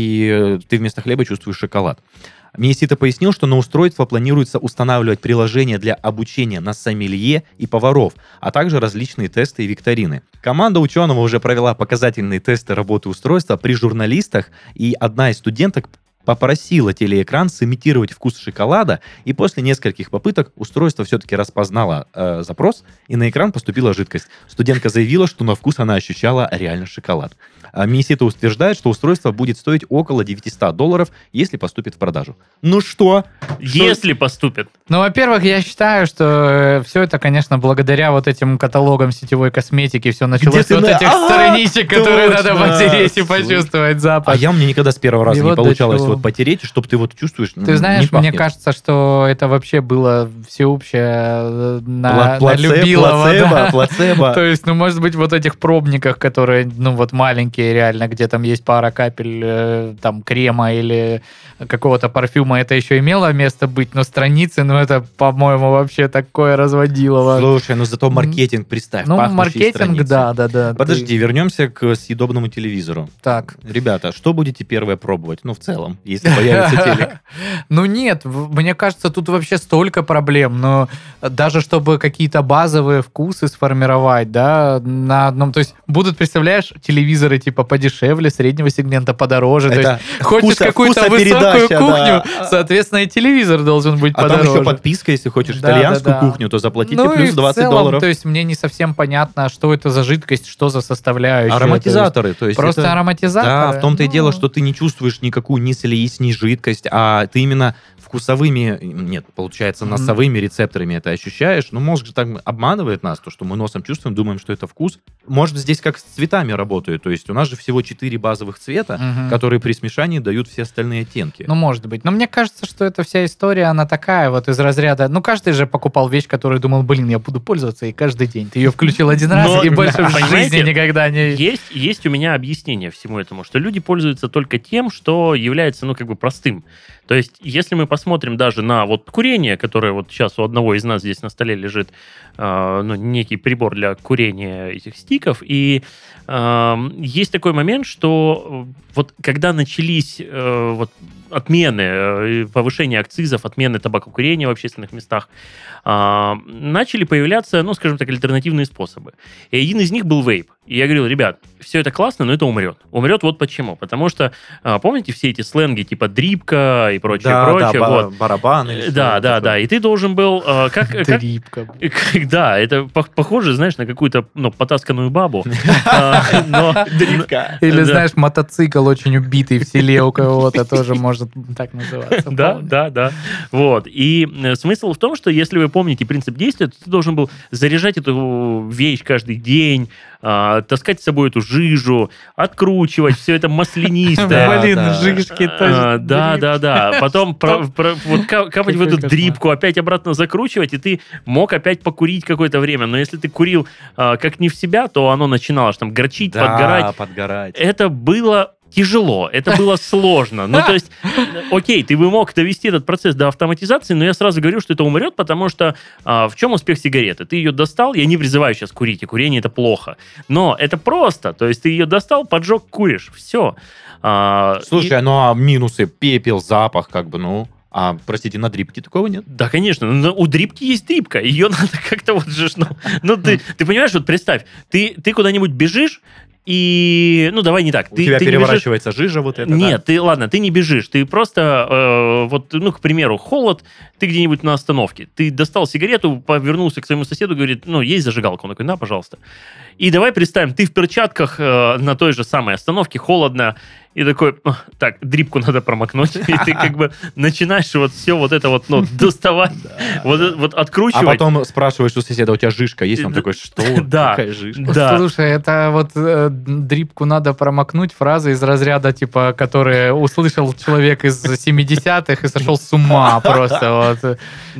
Speaker 2: и ты вместо хлеба чувствуешь шоколад. Миясита пояснил, что на устройство планируется устанавливать приложения для обучения на сомелье и поваров, а также различные тесты и викторины. Команда ученого уже провела показательные тесты работы устройства при журналистах, и одна из студенток попросила телеэкран сымитировать вкус шоколада, и после нескольких попыток устройство все-таки распознало запрос, и на экран поступила жидкость. Студентка заявила, что на вкус она ощущала реально шоколад. Миясита утверждает, что устройство будет стоить около $900, если поступит в продажу. Ну что?
Speaker 3: Если поступит.
Speaker 1: Ну, во-первых, я считаю, что все это, конечно, благодаря вот этим каталогам сетевой косметики все началось с вот этих страничек, которые надо потереть и почувствовать запах.
Speaker 2: Мне никогда с первого раза не получалось вот потереть, чтобы ты вот чувствуешь.
Speaker 1: Ты знаешь, мне кажется, что это вообще было всеобщее на любилово.
Speaker 2: Плацебо.
Speaker 1: То есть, может быть, вот этих пробниках, которые, вот маленькие реально, где там есть пара капель там крема или какого-то парфюма, это еще имело место быть, но страницы, это, по-моему, вообще такое разводилово.
Speaker 2: Слушай, зато маркетинг, представь,
Speaker 1: маркетинг,
Speaker 2: страницы.
Speaker 1: Да.
Speaker 2: Подожди, вернемся к съедобному телевизору.
Speaker 1: Так.
Speaker 2: Ребята, что будете первое пробовать? В целом. если появится телек.
Speaker 1: Ну нет, мне кажется, тут вообще столько проблем, но даже чтобы какие-то базовые вкусы сформировать, да, на одном, то есть будут, представляешь, телевизоры типа подешевле, среднего сегмента подороже, то есть хочешь какую-то высокую кухню, соответственно, и телевизор должен быть подороже.
Speaker 2: А там еще подписка, если хочешь итальянскую кухню, то заплатите плюс $20.
Speaker 1: То есть мне не совсем понятно, что это за жидкость, что за составляющие.
Speaker 2: Ароматизаторы. То есть
Speaker 1: просто ароматизаторы?
Speaker 2: Да, в том-то и дело, что ты не чувствуешь никакую ни слизь, ни жидкость, а ты именно носовыми рецепторами это ощущаешь. Но мозг же так обманывает нас, то, что мы носом чувствуем, думаем, что это вкус. Может, здесь как с цветами работает. То есть у нас же всего 4 базовых цвета, которые при смешании дают все остальные оттенки.
Speaker 1: Ну, может быть. Но мне кажется, что эта вся история, она такая вот из разряда... Ну, каждый же покупал вещь, которую думал, я буду пользоваться ей каждый день. Ты ее включил один раз и больше в жизни никогда не...
Speaker 3: Есть у меня объяснение всему этому, что люди пользуются только тем, что является, простым. То есть, если мы посмотрим даже на курение, которое вот сейчас у одного из нас здесь на столе лежит, некий прибор для курения этих стиков, и есть такой момент, что вот когда начались отмены, повышение акцизов, отмены табакокурения в общественных местах, начали появляться, скажем так, альтернативные способы. И один из них был вейп. И я говорил, ребят, все это классно, но это умрет. Умрет вот почему. Потому что, помните все эти сленги типа дрипка и прочее?
Speaker 2: Да, барабаны.
Speaker 3: Да. И ты должен был...
Speaker 1: Дрипка.
Speaker 3: Да, это похоже, знаешь, на какую-то потасканную бабу.
Speaker 2: Дрипка.
Speaker 1: Или, знаешь, мотоцикл очень убитый в селе у кого-то тоже может так называться.
Speaker 3: Да. Вот. И смысл в том, что если вы помните принцип действия, то ты должен был заряжать эту вещь каждый день, таскать с собой эту жижу, откручивать, все это маслянистое.
Speaker 1: Жижки тоже.
Speaker 3: Да. Потом капать в эту дрипку, опять обратно закручивать, и ты мог опять покурить какое-то время. Но если ты курил как не в себя, то оно начинало там горчить, подгорать. Это было тяжело, это было сложно. То есть, окей, ты бы мог довести этот процесс до автоматизации, но я сразу говорю, что это умрет, потому что в чем успех сигареты? Ты ее достал, я не призываю сейчас курить, и курение это плохо, но это просто, то есть ты ее достал, поджег, куришь, все.
Speaker 2: Слушай, а минусы, пепел, запах, простите, на дрипке такого нет?
Speaker 3: Да, конечно. У дрипки есть дрипка. Ее надо как-то ты понимаешь, представь, ты куда-нибудь бежишь, и, давай не так.
Speaker 2: У тебя переворачивается жижа вот эта?
Speaker 3: Нет, ты не бежишь. Ты просто, к примеру, холод, ты где-нибудь на остановке. Ты достал сигарету, повернулся к своему соседу, говорит, есть зажигалка? Он такой, на, пожалуйста. И давай представим, ты в перчатках на той же самой остановке, холодно, и такой, так, дрипку надо промокнуть, и ты начинаешь все это доставать, откручивать.
Speaker 2: А потом спрашиваешь у соседа, у тебя жижка есть? Он такой, что?
Speaker 3: Какая
Speaker 1: жижка? Слушай, это дрипку надо промокнуть, фраза из разряда, которые услышал человек из 70-х и сошел с ума просто.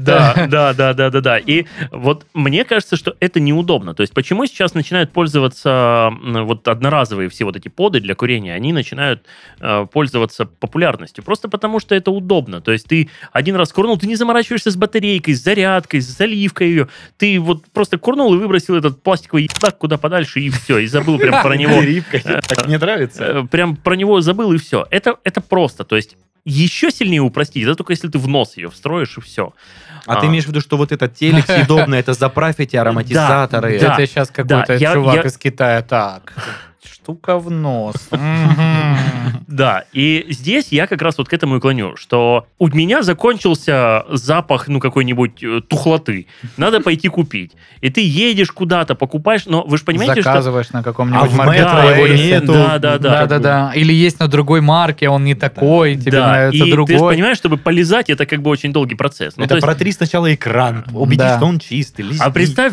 Speaker 3: Да. И мне кажется, что это неудобно. То есть, почему сейчас начинают пользоваться одноразовые все эти поды для курения, они начинают пользоваться популярностью. Просто потому, что это удобно. То есть ты один раз курнул, ты не заморачиваешься с батарейкой, с зарядкой, с заливкой ее. Ты просто курнул и выбросил этот пластиковый ебак куда подальше, и все. И забыл прям про него.
Speaker 2: Так мне нравится.
Speaker 3: Прям про него забыл, и все. Это просто. То есть еще сильнее упростить, это только если ты в нос ее встроишь, и все.
Speaker 2: А ты имеешь в виду, что этот телек съедобный, это заправь эти ароматизаторы?
Speaker 1: Это сейчас какой-то чувак из Китая. Так, штука в нос.
Speaker 3: Да, и здесь я как раз к этому и клоню, что у меня закончился запах, какой-нибудь тухлоты. Надо пойти купить. И ты едешь куда-то, покупаешь, но вы же понимаете,
Speaker 1: заказываешь на каком-нибудь
Speaker 2: маркете его нету.
Speaker 1: Да. Или есть на другой марке, он не такой, тебе нравится другой.
Speaker 3: И ты понимаешь, чтобы полизать, это очень долгий процесс.
Speaker 2: Это протри сначала экран, убедись, что он чистый.
Speaker 3: А представь,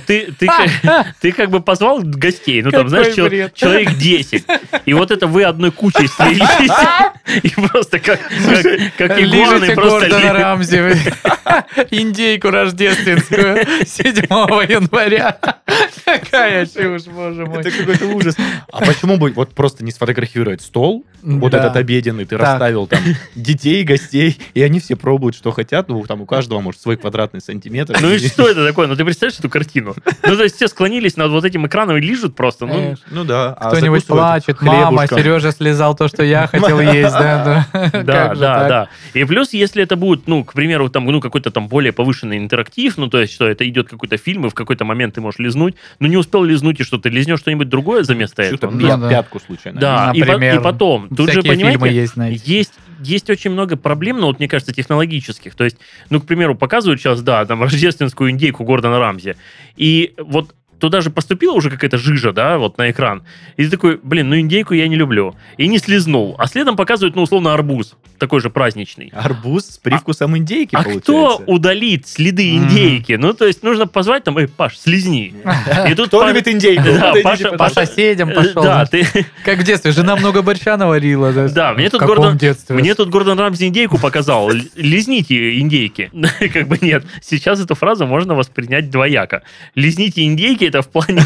Speaker 3: ты как бы позвал гостей, знаешь, человек 10, и это вы одной кучей слились, и просто как игуаны просто...
Speaker 1: Гордона Рамзи, индейку рождественскую 7 января. Какая чушь, боже мой.
Speaker 2: Это какой-то ужас. А почему бы просто не сфотографировать стол, этот обеденный, ты расставил там детей, гостей, и они все пробуют, что хотят, там у каждого, может, свой квадратный сантиметр.
Speaker 3: Ну и что это такое? Ты представляешь эту картину? То есть все склонились над этим экраном и лижут просто.
Speaker 2: Ну да.
Speaker 1: кто-нибудь плачет, мама, Сережа слезал то, что я хотел есть, да.
Speaker 3: Да. И плюс, если это будет, к примеру, там, какой-то там более повышенный интерактив, то есть, что это идет какой-то фильм, и в какой-то момент ты можешь лизнуть, но не успел лизнуть, и что ты лизнешь что-нибудь другое за место этого.
Speaker 2: Что-то пятку случайно.
Speaker 3: Да, и потом, тут же, понимаете,
Speaker 1: есть
Speaker 3: очень много проблем, мне кажется, технологических. То есть, к примеру, показывают сейчас, там, рождественскую индейку Гордона Рамзи, и вот туда же поступила уже какая-то жижа, да, вот на экран. И ты такой, индейку я не люблю. И не слизнул. А следом показывают, условно, арбуз. Такой же праздничный.
Speaker 2: Арбуз с привкусом индейки, получается.
Speaker 3: Кто удалит следы индейки? То есть нужно позвать там, Паш, слизни.
Speaker 2: Кто любит индейку?
Speaker 1: По соседям пошел.
Speaker 3: Да, ты...
Speaker 1: Как в детстве, жена много борща наварила.
Speaker 3: Да, мне тут Гордон Рамзи индейку показал. Лизните индейки. Как бы нет. Сейчас эту фразу можно воспринять двояко. Лизните индейки, это в плане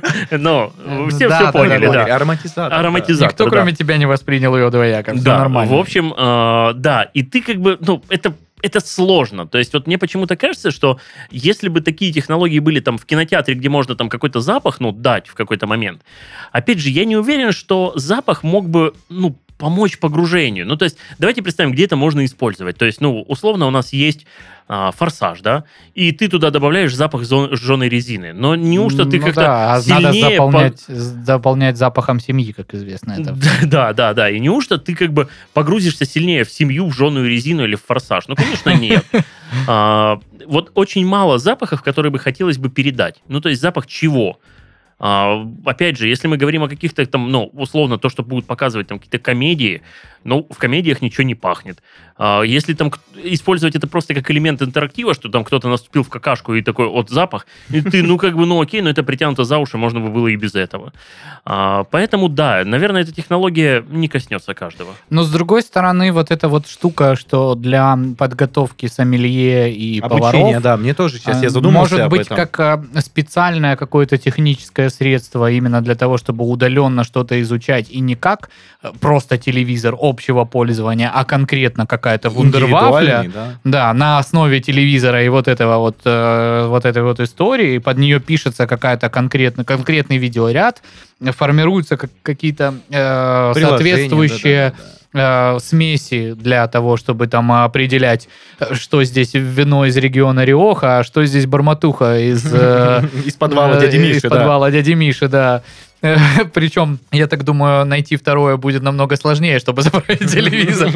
Speaker 3: все поняли, да.
Speaker 2: Ароматизатор.
Speaker 1: Никто, кроме тебя, не воспринял ее двояко. Все нормально.
Speaker 3: В общем, да, и ты это сложно. То есть вот мне почему-то кажется, что если бы такие технологии были там в кинотеатре, где можно там какой-то запах, дать в какой-то момент, опять же, я не уверен, что запах мог бы, помочь погружению. То есть давайте представим, где это можно использовать. То есть, условно, у нас есть «Форсаж», да, и ты туда добавляешь запах сжженной резины. Но неужто ты как-то сильнее...
Speaker 1: Надо заполнять запахом семьи, как известно. Это.
Speaker 3: Да. И неужто ты как бы погрузишься сильнее в семью, в сжженную резину или в «Форсаж»? Конечно, нет. Вот очень мало запахов, которые бы хотелось бы передать. То есть запах чего? Опять же, если мы говорим о каких-то там, условно, то, что будут показывать там какие-то комедии, в комедиях ничего не пахнет. Если там использовать это просто как элемент интерактива, что там кто-то наступил в какашку и такой запах, и ты, окей, но это притянуто за уши, можно бы было и без этого. Поэтому, да, наверное, эта технология не коснется каждого.
Speaker 1: Но, с другой стороны, вот эта вот штука, что для подготовки сомелье и
Speaker 2: поваров... да, мне тоже сейчас я задумался
Speaker 1: об этом. Может быть, как специальное какое-то техническое средство именно для того, чтобы удаленно что-то изучать, и не как просто телевизор общего пользования, а конкретно какая-то вундервафля, да, на основе телевизора и вот этого вот этой вот истории, под нее пишется какая-то конкретный видеоряд, формируются какие-то соответствующие смеси для того, чтобы там определять, что здесь вино из региона Риоха, а что здесь бормотуха из
Speaker 2: подвала дяди Миши.
Speaker 1: Из подвала дяди Миши, да. Причем, я так думаю, найти второе будет намного сложнее, чтобы заправить телевизор.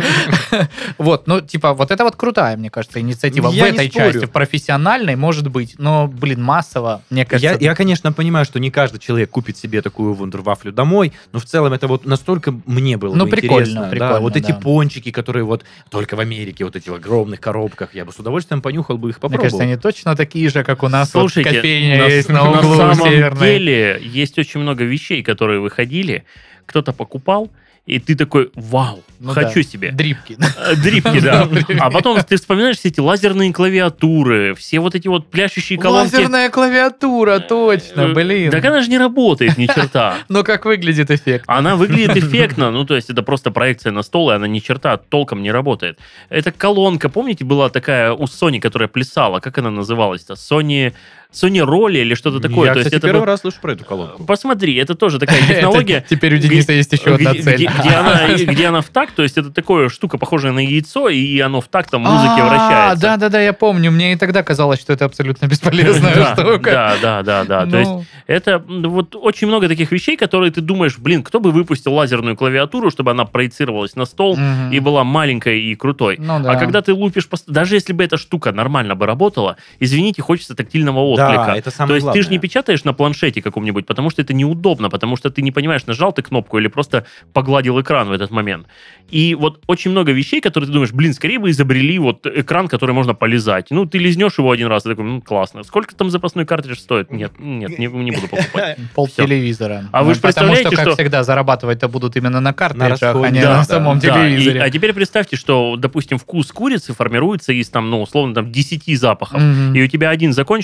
Speaker 1: Вот, вот это вот крутая, мне кажется, инициатива в этой части. В профессиональной, может быть, но, массово, мне кажется...
Speaker 2: Я, конечно, понимаю, что не каждый человек купит себе такую вундервафлю домой, но в целом это вот настолько мне было бы интересно.
Speaker 1: Прикольно,
Speaker 2: вот эти пончики, которые вот только в Америке, вот эти в огромных коробках, я бы с удовольствием понюхал бы их, попробовал.
Speaker 1: Мне кажется, они точно такие же, как у нас.
Speaker 3: Слушайте,
Speaker 1: кофейня есть на углу Северной.
Speaker 3: На самом деле есть очень много вещей, которые выходили, кто-то покупал, и ты такой, вау, хочу себе.
Speaker 1: Дрипки.
Speaker 3: Дрипки, да. А потом ты вспоминаешь все эти лазерные клавиатуры, все вот эти вот пляшущие колонки.
Speaker 1: Лазерная клавиатура, точно, блин.
Speaker 3: Так она же не работает ни черта.
Speaker 1: Но как выглядит эффектно?
Speaker 3: Она выглядит эффектно, то есть это просто проекция на стол, и она ни черта толком не работает. Эта колонка, помните, была такая у Sony, которая плясала, как она называлась-то? Sony Roll или что-то такое.
Speaker 2: Я, кстати, первый раз слышу про эту колонку.
Speaker 3: Посмотри, это тоже такая технология.
Speaker 1: Теперь у Дениса есть еще одна цель.
Speaker 3: Где она в такт, то есть это такая штука, похожая на яйцо, и оно в такт там музыке вращается.
Speaker 1: Да, я помню. Мне и тогда казалось, что это абсолютно бесполезная штука.
Speaker 3: Да. То есть это вот очень много таких вещей, которые ты думаешь, кто бы выпустил лазерную клавиатуру, чтобы она проецировалась на стол и была маленькой и крутой. А когда ты лупишь, даже если бы эта штука нормально бы работала, извините, хочется тактильного отклика.
Speaker 2: Да, это самое главное.
Speaker 3: То есть ты же не печатаешь на планшете каком-нибудь, потому что это неудобно, потому что ты не понимаешь, нажал ты кнопку или просто погладил экран в этот момент. И вот очень много вещей, которые ты думаешь, скорее бы изобрели вот экран, который можно полизать. Ты лизнешь его один раз, и такой, классно. Сколько там запасной картридж стоит? Нет, не буду покупать.
Speaker 1: Полтелевизора.
Speaker 3: А вы же представляете,
Speaker 1: потому что, как всегда, зарабатывать-то будут именно на картриджах, а не на самом телевизоре.
Speaker 3: А теперь представьте, что, допустим, вкус курицы формируется из, условно, 10 запахов. И у тебя один закончился, и тебе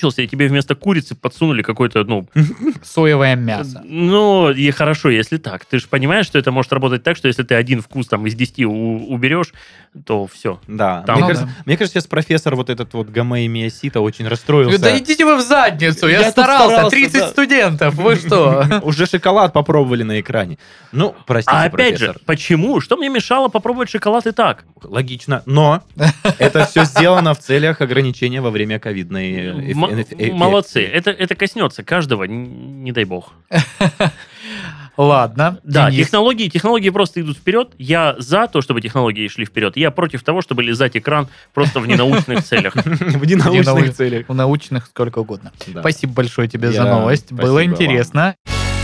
Speaker 3: тебе вместо курицы подсунули какое-то,
Speaker 1: соевое мясо.
Speaker 3: И хорошо, если так. Ты же понимаешь, что это может работать так, что если ты один вкус там из 10 уберешь, то все.
Speaker 2: Да. Мне кажется, сейчас профессор вот этот вот Гомей Миясита очень расстроился.
Speaker 1: Да идите вы в задницу, я старался, 30 студентов, вы что?
Speaker 2: Уже шоколад попробовали на экране. Простите, профессор.
Speaker 3: Опять же, почему? Что мне мешало попробовать шоколад и так?
Speaker 2: Логично, но это все сделано в целях ограничения во время ковидной эффекции.
Speaker 3: Молодцы, это коснется каждого, не дай бог.
Speaker 1: Ладно.
Speaker 3: Да, технологии просто идут вперед. Я за то, чтобы технологии шли вперед. Я против того, чтобы лизать экран просто в ненаучных целях.
Speaker 2: В ненаучных целях.
Speaker 1: В научных сколько угодно.
Speaker 2: Да.
Speaker 1: Спасибо большое тебе за новость. Было интересно.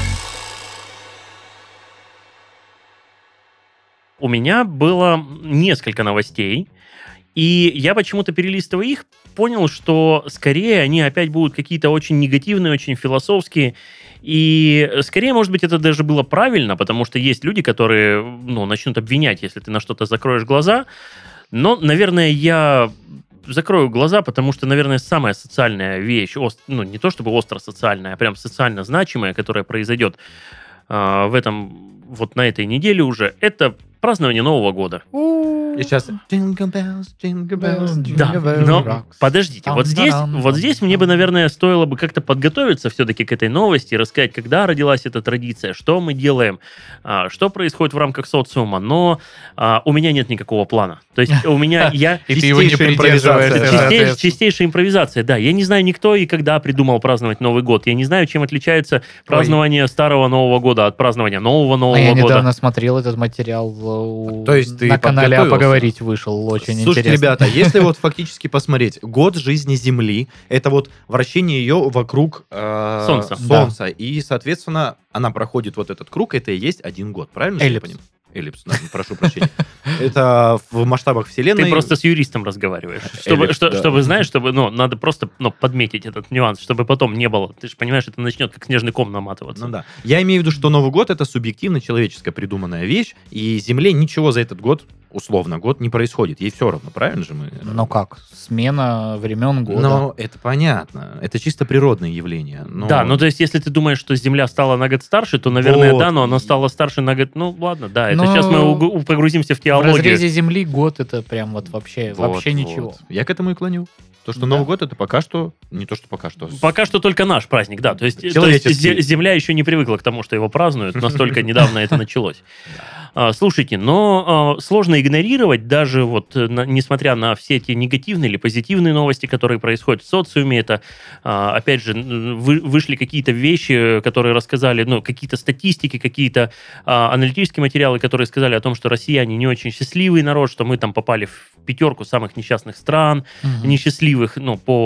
Speaker 3: У меня было несколько новостей, и я почему-то, перелистывая их, понял, что скорее они опять будут какие-то очень негативные, очень философские. И скорее, может быть, это даже было правильно, потому что есть люди, которые начнут обвинять, если ты на что-то закроешь глаза. Но, наверное, я закрою глаза, потому что, наверное, самая социальная вещь, не то чтобы остро социальная, а прям социально значимая, которая произойдет на этой неделе уже, это празднование Нового года.
Speaker 2: И сейчас Jingle bells, jingle bells,
Speaker 3: да, но подождите, вот здесь мне бы, наверное, стоило бы как-то подготовиться все-таки к этой новости, рассказать, когда родилась эта традиция, что мы делаем, что происходит в рамках социума, но у меня нет никакого плана. То есть у меня чистейшая импровизация, да. Я не знаю, никто и когда придумал праздновать Новый год. Я не знаю, чем отличается празднование старого Нового года от празднования нового Нового года.
Speaker 1: Я недавно смотрел этот материал на канале «Поговорить» вышел, очень интересно.
Speaker 2: Слушайте, ребята, если вот фактически посмотреть, год жизни Земли, это вот вращение ее вокруг Солнца.
Speaker 1: Да.
Speaker 2: И, соответственно, она проходит вот этот круг, это и есть 1 год, правильно? Эллипс, да, прошу прощения. Это в масштабах Вселенной.
Speaker 3: Ты просто с юристом разговариваешь. Чтобы, знаешь, надо просто подметить этот нюанс, чтобы потом не было. Ты же понимаешь, это начнет как снежный ком наматываться.
Speaker 2: Да. Я имею в виду, что Новый год — это субъективно человеческая придуманная вещь, и Земле ничего за этот год, условно, год не происходит. Ей все равно, правильно же мы?
Speaker 1: Ну как? Смена времен года.
Speaker 2: Но это понятно. Это чисто природное явление.
Speaker 3: Да, то есть, если ты думаешь, что Земля стала на год старше, то, наверное, но она стала старше на год... ладно, да, это сейчас мы погрузимся в теологию.
Speaker 1: В разрезе Земли год — это прям вообще ничего.
Speaker 2: Я к этому и клоню. То, что Новый год, это пока что... Не то, что пока что.
Speaker 3: Пока что только наш праздник, да. То есть Земля еще не привыкла к тому, что его празднуют. Настолько недавно это началось. Слушайте, но сложно игнорировать даже несмотря на все эти негативные или позитивные новости, которые происходят в социуме, это, опять же, вышли какие-то вещи, которые рассказали, какие-то статистики, какие-то аналитические материалы, которые сказали о том, что россияне не очень счастливый народ, что мы там попали в 5 самых несчастных стран, несчастливых,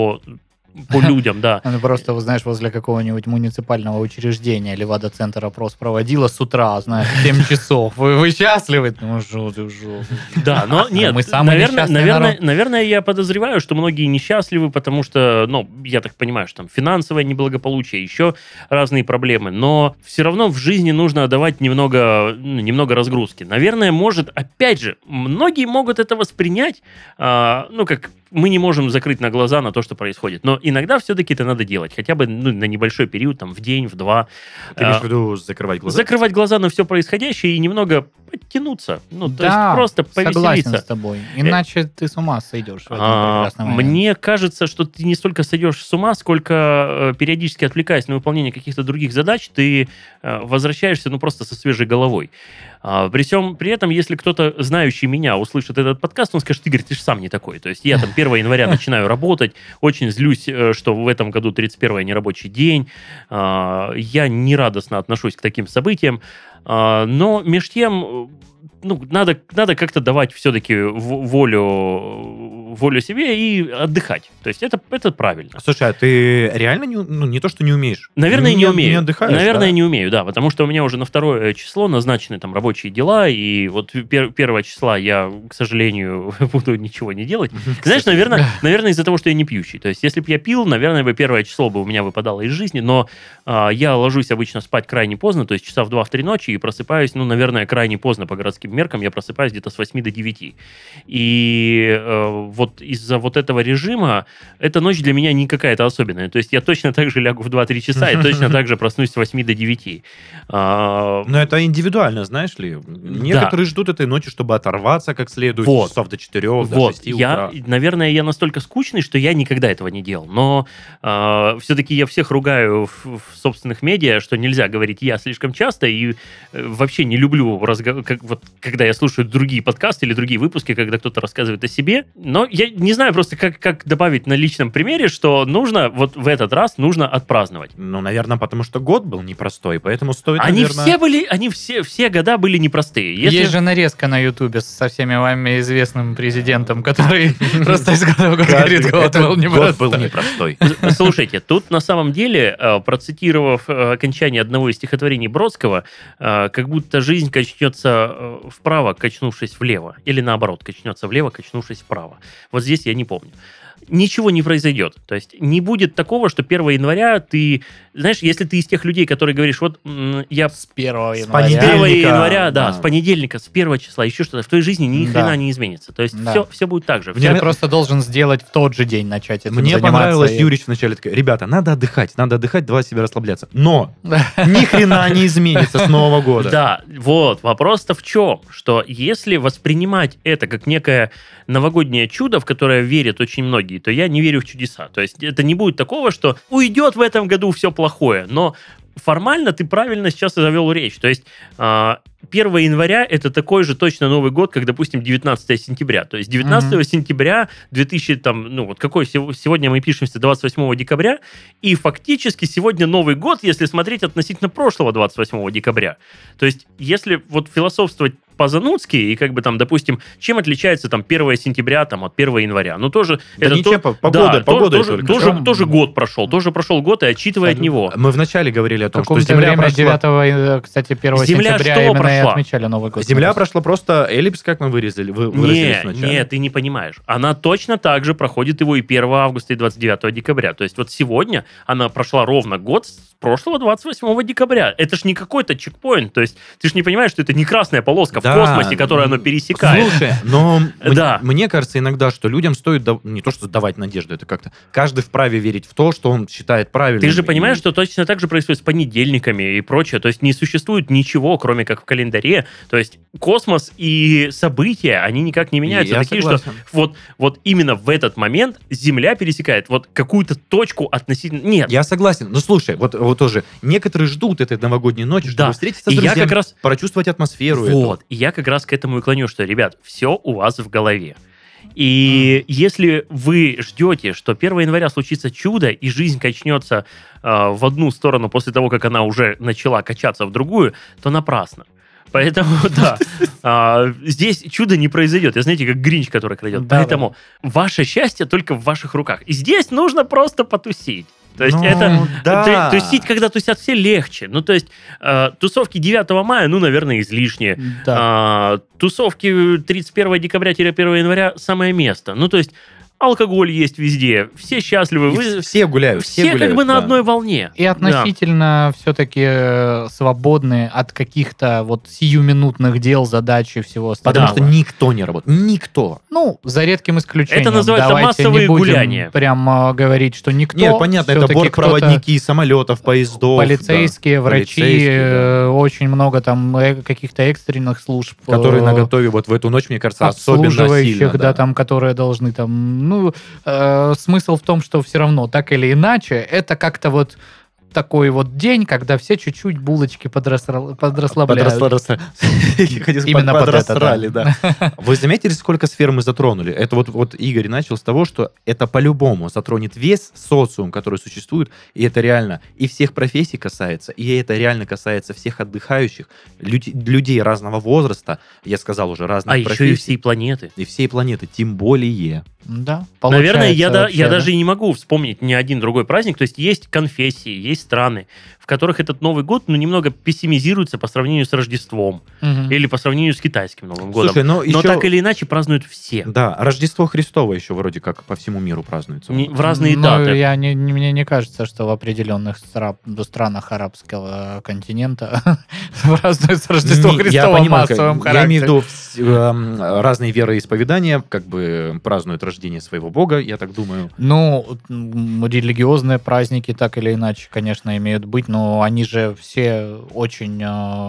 Speaker 3: по людям, да.
Speaker 1: Просто, знаешь, возле какого-нибудь муниципального учреждения Левада-центр опрос проводила с утра, знаешь, в 7 часов. Вы счастливы? Жопа.
Speaker 3: Да, но нет,
Speaker 1: мы самый несчастный народ.
Speaker 3: Наверное, я подозреваю, что многие несчастливы, потому что, я так понимаю, что там финансовое неблагополучие, еще разные проблемы, но все равно в жизни нужно отдавать немного разгрузки. Наверное, опять же, многие могут это воспринять, как мы не можем закрыть глаза на то, что происходит. Но иногда все-таки это надо делать. Хотя бы на небольшой период, в день, в 2.
Speaker 2: Ты имеешь в виду закрывать глаза?
Speaker 3: Закрывать глаза на все происходящее и немного подтянуться. То есть просто повеселиться.
Speaker 1: Согласен с тобой. Иначе ты с ума сойдешь в один прекрасный момент.
Speaker 3: Мне кажется, что ты не столько сойдешь с ума, сколько периодически отвлекаясь на выполнение каких-то других задач, ты возвращаешься просто со свежей головой. При этом, если кто-то, знающий меня, услышит этот подкаст, он скажет: Игорь, ты же сам не такой. То есть я 1 января начинаю работать, очень злюсь, что в этом году 31-й нерабочий день. Я нерадостно отношусь к таким событиям. Но между тем, надо как-то давать все-таки волю себе и отдыхать. То есть это правильно.
Speaker 2: Слушай, а ты реально не то, что не умеешь?
Speaker 3: Наверное, не умею.
Speaker 2: Не отдыхаешь,
Speaker 3: наверное, не умею, да, потому что у меня уже на 2 число назначены рабочие дела, и 1 числа я, к сожалению, буду ничего не делать. Знаешь, наверное, из-за того, что я не пьющий. То есть если бы я пил, наверное, 1 число бы у меня выпадало из жизни, но я ложусь обычно спать крайне поздно, то есть часа в 2-3 ночи, и просыпаюсь, наверное, крайне поздно по городским меркам, я просыпаюсь где-то с 8 до 9. И вот из-за вот этого режима эта ночь для меня не какая-то особенная. То есть я точно так же лягу в 2-3 часа и точно так же проснусь с 8 до 9.
Speaker 2: Но это индивидуально, знаешь ли. Некоторые ждут этой ночи, чтобы оторваться как следует, часов до 4, до 6 утра.
Speaker 3: Наверное, я настолько скучный, что я никогда этого не делал. Но все-таки я всех ругаю в собственных медиа, что нельзя говорить «я» слишком часто, и вообще не люблю, когда я слушаю другие подкасты или другие выпуски, когда кто-то рассказывает о себе. Но я не знаю просто, как добавить на личном примере, что нужно вот в этот раз нужно отпраздновать.
Speaker 2: Ну, наверное, потому что год был непростой, поэтому стоит,
Speaker 3: все года были непростые.
Speaker 1: Есть же нарезка на Ютубе со всеми вами известным президентом, который просто из года в год говорит, год был непростой.
Speaker 3: Слушайте, тут на самом деле, процитировав окончание одного из стихотворений Бродского, как будто жизнь качнется вправо, качнувшись влево, или наоборот, качнется влево, качнувшись вправо. Вот здесь я не помню. Ничего не произойдет. То есть не будет такого, что 1 января ты... Знаешь, если ты из тех людей, которые говоришь, вот я...
Speaker 1: С 1 января.
Speaker 3: С 1 января, да, с понедельника, с 1 числа, еще что-то, в твоей жизни ни хрена не изменится. То есть все будет так же.
Speaker 1: Ты просто должен сделать в тот же день начать этим
Speaker 2: заниматься. Мне понравилось, Юрич вначале такой: ребята, надо отдыхать, давай себе расслабляться. Но ни хрена не изменится с Нового года.
Speaker 3: Да, вот, вопрос-то в чем? Что если воспринимать это как некое новогоднее чудо, в которое верят очень многие, то я не верю в чудеса. То есть это не будет такого, что уйдет в этом году все плохое, но формально ты правильно сейчас завел речь. То есть 1 января это такой же точно Новый год, как, допустим, 19 сентября. То есть 19 сентября 2000, сегодня мы пишемся 28 декабря, и фактически сегодня Новый год, если смотреть относительно прошлого 28 декабря. То есть если вот философствовать по-занудски, и допустим, чем отличается 1 сентября от 1 января? Ну, тоже...
Speaker 2: Да
Speaker 3: это
Speaker 2: ничем, погодой только.
Speaker 3: Тоже год прошел, год, и отчитывая от него.
Speaker 2: Мы вначале говорили о том, что Земля прошла...
Speaker 1: 9, кстати, 1 сентября именно прошла? И отмечали Новый год.
Speaker 2: Земля прошла просто эллипс, как мы выразили сначала.
Speaker 3: Нет, ты не понимаешь. Она точно так же проходит его и 1 августа, и 29 декабря. То есть вот сегодня она прошла ровно год с прошлого 28 декабря. Это ж не какой-то чекпоинт. То есть ты ж не понимаешь, что это не красная полоска в космосе, которую оно пересекает.
Speaker 2: Слушай, но мне кажется иногда, что людям стоит не то, что давать надежду, это как-то каждый вправе верить в то, что он считает правильным.
Speaker 3: Ты же понимаешь, что точно так же происходит с понедельниками и прочее. То есть не существует ничего, кроме как в календаре. То есть космос и события, они никак не меняются. Такие, что вот именно в этот момент Земля пересекает вот какую-то точку относительно... Нет.
Speaker 2: Я согласен. Но слушай, вот тоже некоторые ждут этой новогодней ночи, чтобы встретиться с друзьями, прочувствовать атмосферу.
Speaker 3: Вот. И я как раз к этому и клоню, что, ребят, все у вас в голове. И если вы ждете, что 1 января случится чудо, и жизнь качнется в одну сторону после того, как она уже начала качаться в другую, то напрасно. Поэтому, здесь чудо не произойдет. Я знаете, как Гринч, который крадет. Поэтому ваше счастье только в ваших руках. И здесь нужно просто потусить. То есть тусить, когда тусят все, легче. Ну, то есть тусовки 9 мая, наверное, излишние. Да. Тусовки 31 декабря-1 января самое место. Ну, то есть алкоголь есть везде, все счастливы.
Speaker 2: Все гуляют.
Speaker 3: Все гуляют, на одной волне.
Speaker 1: И относительно все-таки свободны от каких-то сиюминутных дел, задач и всего остального.
Speaker 2: Потому что никто не работает. Никто.
Speaker 1: За редким исключением.
Speaker 3: Это называется массовые гуляния.
Speaker 1: Прям говорить, что никто.
Speaker 2: Нет, понятно, это бортпроводники самолетов, поездов.
Speaker 1: Полицейские, врачи, очень много там каких-то экстренных служб.
Speaker 2: Которые наготове в эту ночь, мне кажется, особенно сильно.
Speaker 1: Которые должны смысл в том, что все равно, так или иначе, это как-то такой день, когда все чуть-чуть булочки подрасслабляют.
Speaker 2: Именно подрастрали, да. Вы заметили, сколько сфер мы затронули? Это вот Игорь начал с того, что это по-любому затронет весь социум, который существует, и это реально и всех профессий касается, и это реально касается всех отдыхающих, людей разного возраста, я сказал уже, разных профессий.
Speaker 3: А еще и всей планеты.
Speaker 2: И всей планеты, тем более.
Speaker 1: Да,
Speaker 3: наверное, я даже и не могу вспомнить ни один другой праздник. То есть конфессии, есть страны, в которых этот Новый год, немного пессимизируется по сравнению с Рождеством. Или по сравнению с китайским Новым годом.
Speaker 2: Слушай,
Speaker 3: но так или иначе празднуют все.
Speaker 2: Да, Рождество Христово еще вроде как по всему миру празднуется.
Speaker 3: В разные даты.
Speaker 1: Мне не кажется, что в определенных странах арабского континента празднуется Рождество Христово в массовом характере.
Speaker 2: Я имею в виду разные вероисповедания как бы празднуют рождение своего бога, я так думаю.
Speaker 1: Религиозные праздники так или иначе, конечно, имеют быть, но они же все очень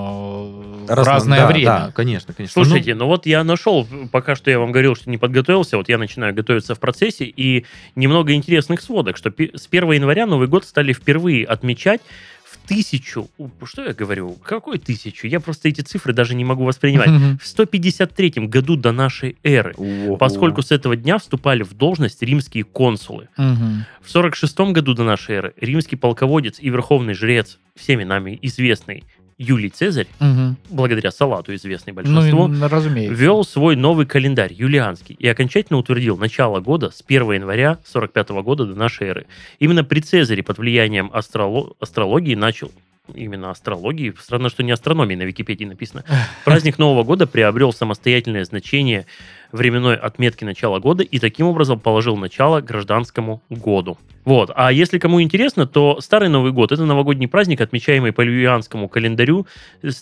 Speaker 1: в разное время.
Speaker 2: Да, конечно.
Speaker 3: Слушайте, вот я нашел, пока что я вам говорил, что не подготовился, вот я начинаю готовиться в процессе, и немного интересных сводок, что с 1 января Новый год стали впервые отмечать в 1000... Что я говорю? Какой 1000? Я просто эти цифры даже не могу воспринимать. В 153 году до нашей эры. Поскольку с этого дня вступали в должность римские консулы. В 46 году до нашей эры римский полководец и верховный жрец, всеми нами известный Юлий Цезарь, благодаря салату известный большинству, ввел свой новый календарь, юлианский, и окончательно утвердил начало года с 1 января 45 года до нашей эры. Именно при Цезаре под влиянием астрологии начал... Именно астрологии. Странно, что не астрономии на Википедии написано. Праздник Нового года приобрел самостоятельное значение временной отметки начала года и таким образом положил начало гражданскому году. Вот. А если кому интересно, то Старый Новый год – это новогодний праздник, отмечаемый по юлианскому календарю с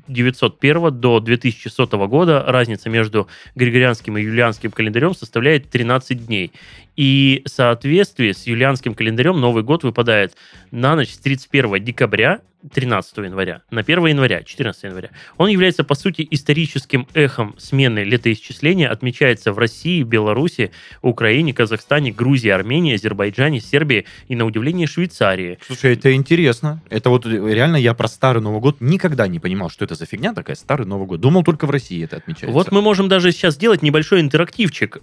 Speaker 3: 1901 до 2100 года. Разница между григорианским и юлианским календарем составляет 13 дней. И в соответствии с юлианским календарем Новый год выпадает на ночь с 31 декабря 13 января на 1 января, 14 января. Он является, по сути, историческим эхом смены летоисчисления, отмечается в России, Беларуси, Украине, Казахстане, Грузии, Армении, Азербайджане, Сербии и, на удивление, Швейцарии.
Speaker 2: Слушай, это интересно. Это вот реально я про Старый Новый год никогда не понимал, что это за фигня такая, Старый Новый год. Думал, только в России это отмечается.
Speaker 3: Вот мы можем даже сейчас сделать небольшой интерактивчик.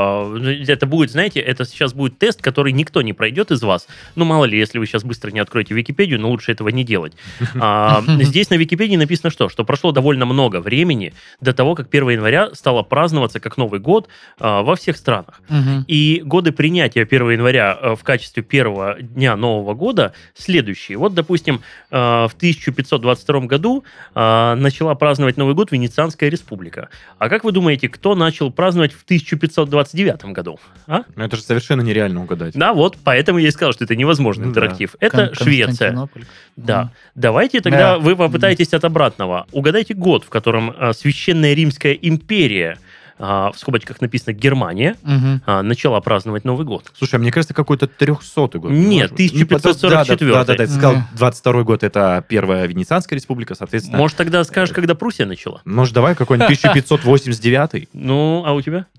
Speaker 3: Это будет, знаете, это сейчас будет тест, который никто не пройдет из вас. Мало ли, если вы сейчас быстро не откроете Википедию, но лучше этого не делать. Здесь на Википедии написано что прошло довольно много времени до того, как 1 января стало праздноваться как Новый год во всех странах. И годы принятия 1 января в качестве первого дня Нового года следующие. Вот, допустим, в 1522 году начала праздновать Новый год Венецианская республика. А как вы думаете, кто начал праздновать в 1529 году?
Speaker 2: Это же совершенно нереально угадать.
Speaker 3: Да, вот, поэтому я и сказал, что это невозможный интерактив. Это Швеция. Да. Давайте тогда вы попытаетесь от обратного. Угадайте год, в котором Священная Римская империя, в скобочках написано Германия, начала праздновать Новый год.
Speaker 2: Слушай, мне кажется, какой-то 300-й год.
Speaker 3: Нет, 1544.
Speaker 2: Да, ты сказал, 22-й год это Первая Венецианская республика, соответственно...
Speaker 3: Может, тогда скажешь, когда Пруссия начала?
Speaker 2: Может, давай какой-нибудь 1589-й?
Speaker 3: А у тебя?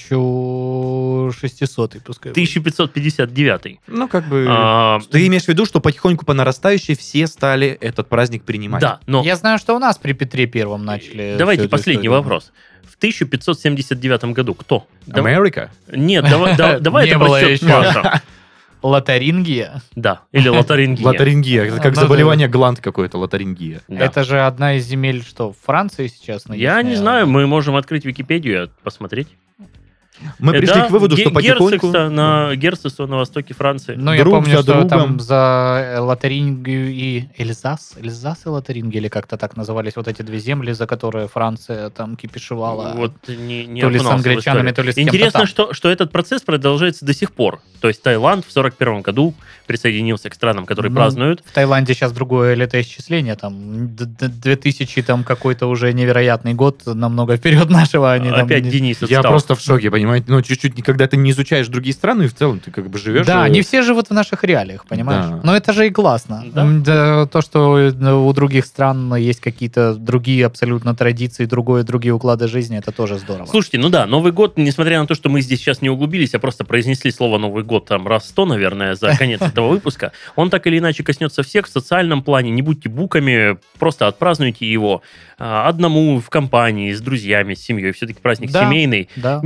Speaker 1: 1600-й, пускай.
Speaker 3: 1559-й.
Speaker 2: Как бы... Ты имеешь в виду, что потихоньку по нарастающей все стали этот праздник принимать?
Speaker 1: Да, но... Я знаю, что у нас при Петре Первом начали...
Speaker 3: Давайте последний вопрос. В 1579 году кто?
Speaker 2: Америка?
Speaker 3: Нет, давай это прочтет Паша.
Speaker 1: Лотарингия?
Speaker 3: Да, или лотарингия.
Speaker 2: Лотарингия, это как заболевание гланд какое-то, лотарингия.
Speaker 1: Да. Это же одна из земель, что в Франции сейчас?
Speaker 3: Я не знаю, мы можем открыть Википедию и посмотреть.
Speaker 2: Мы пришли к выводу, что потихоньку...
Speaker 3: Герцогство на востоке Франции.
Speaker 1: Я помню, что там за Лотарингию и Эльзас и Лотарингия, или как-то так назывались вот эти две земли, за которые Франция там кипишевала.
Speaker 3: Вот не
Speaker 1: то ли с англичанами, то ли с кем-то
Speaker 3: Интересно, что этот процесс продолжается до сих пор. То есть Таиланд в 1941 году присоединился к странам, которые празднуют.
Speaker 1: В Таиланде сейчас другое летоисчисление, там 2000 там какой-то уже невероятный год, намного вперед нашего.
Speaker 3: Опять Денис отстал.
Speaker 2: Я просто в шоке, понимаете? Чуть-чуть никогда ты не изучаешь другие страны, и в целом ты как бы живешь...
Speaker 1: Да, не все живут в наших реалиях, понимаешь?
Speaker 2: Да.
Speaker 1: Но это же и классно. Да. То, что у других стран есть какие-то другие абсолютно традиции, другие уклады жизни, это тоже здорово.
Speaker 3: Слушайте, Новый год, несмотря на то, что мы здесь сейчас не углубились, а просто произнесли слово Новый год там раз 100, наверное, за конец этого выпуска, он так или иначе коснется всех в социальном плане. Не будьте буками, просто отпразднуйте его одному, в компании, с друзьями, с семьей. Все-таки праздник семейный.
Speaker 1: Да.
Speaker 3: Неважно, как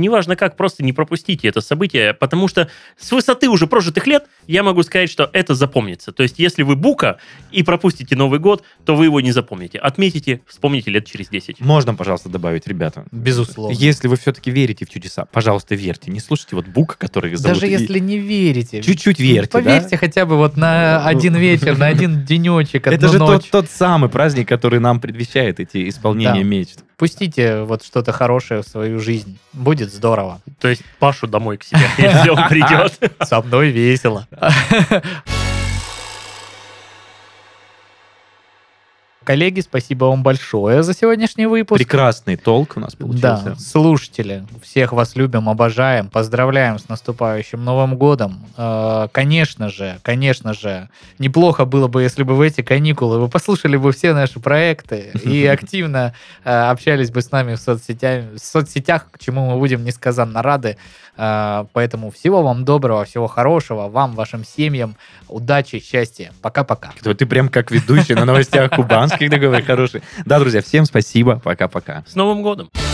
Speaker 3: никак просто не пропустите это событие, потому что с высоты уже прожитых лет я могу сказать, что это запомнится. То есть, если вы бука и пропустите Новый год, то вы его не запомните. Отметите, вспомните лет через 10.
Speaker 2: Можно, пожалуйста, добавить, ребята?
Speaker 1: Безусловно.
Speaker 2: Если вы все-таки верите в чудеса, пожалуйста, верьте. Не слушайте вот бука, который зовут...
Speaker 1: Даже если не верите.
Speaker 2: Чуть-чуть верьте,
Speaker 1: поверьте хотя бы вот на один вечер, на один денечек, одну
Speaker 2: ночь. Это же тот самый праздник, который нам предвещает эти исполнения мечт.
Speaker 1: Пустите вот что-то хорошее в свою жизнь. Будет здорово.
Speaker 3: То есть Пашу домой к себе, если он придет.
Speaker 1: Со мной весело. Коллеги, спасибо вам большое за сегодняшний выпуск.
Speaker 2: Прекрасный толк у нас получился.
Speaker 1: Да, слушатели, всех вас любим, обожаем, поздравляем с наступающим Новым годом. Конечно же, неплохо было бы, если бы в эти каникулы вы послушали бы все наши проекты и активно общались бы с нами в соцсетях, к чему мы будем несказанно рады. Поэтому всего вам доброго, всего хорошего, вам, вашим семьям, удачи, счастья. Пока-пока.
Speaker 2: Ты прям как ведущий на новостях кубанских, такой хороший. Да, друзья, всем спасибо. Пока-пока.
Speaker 3: С Новым годом!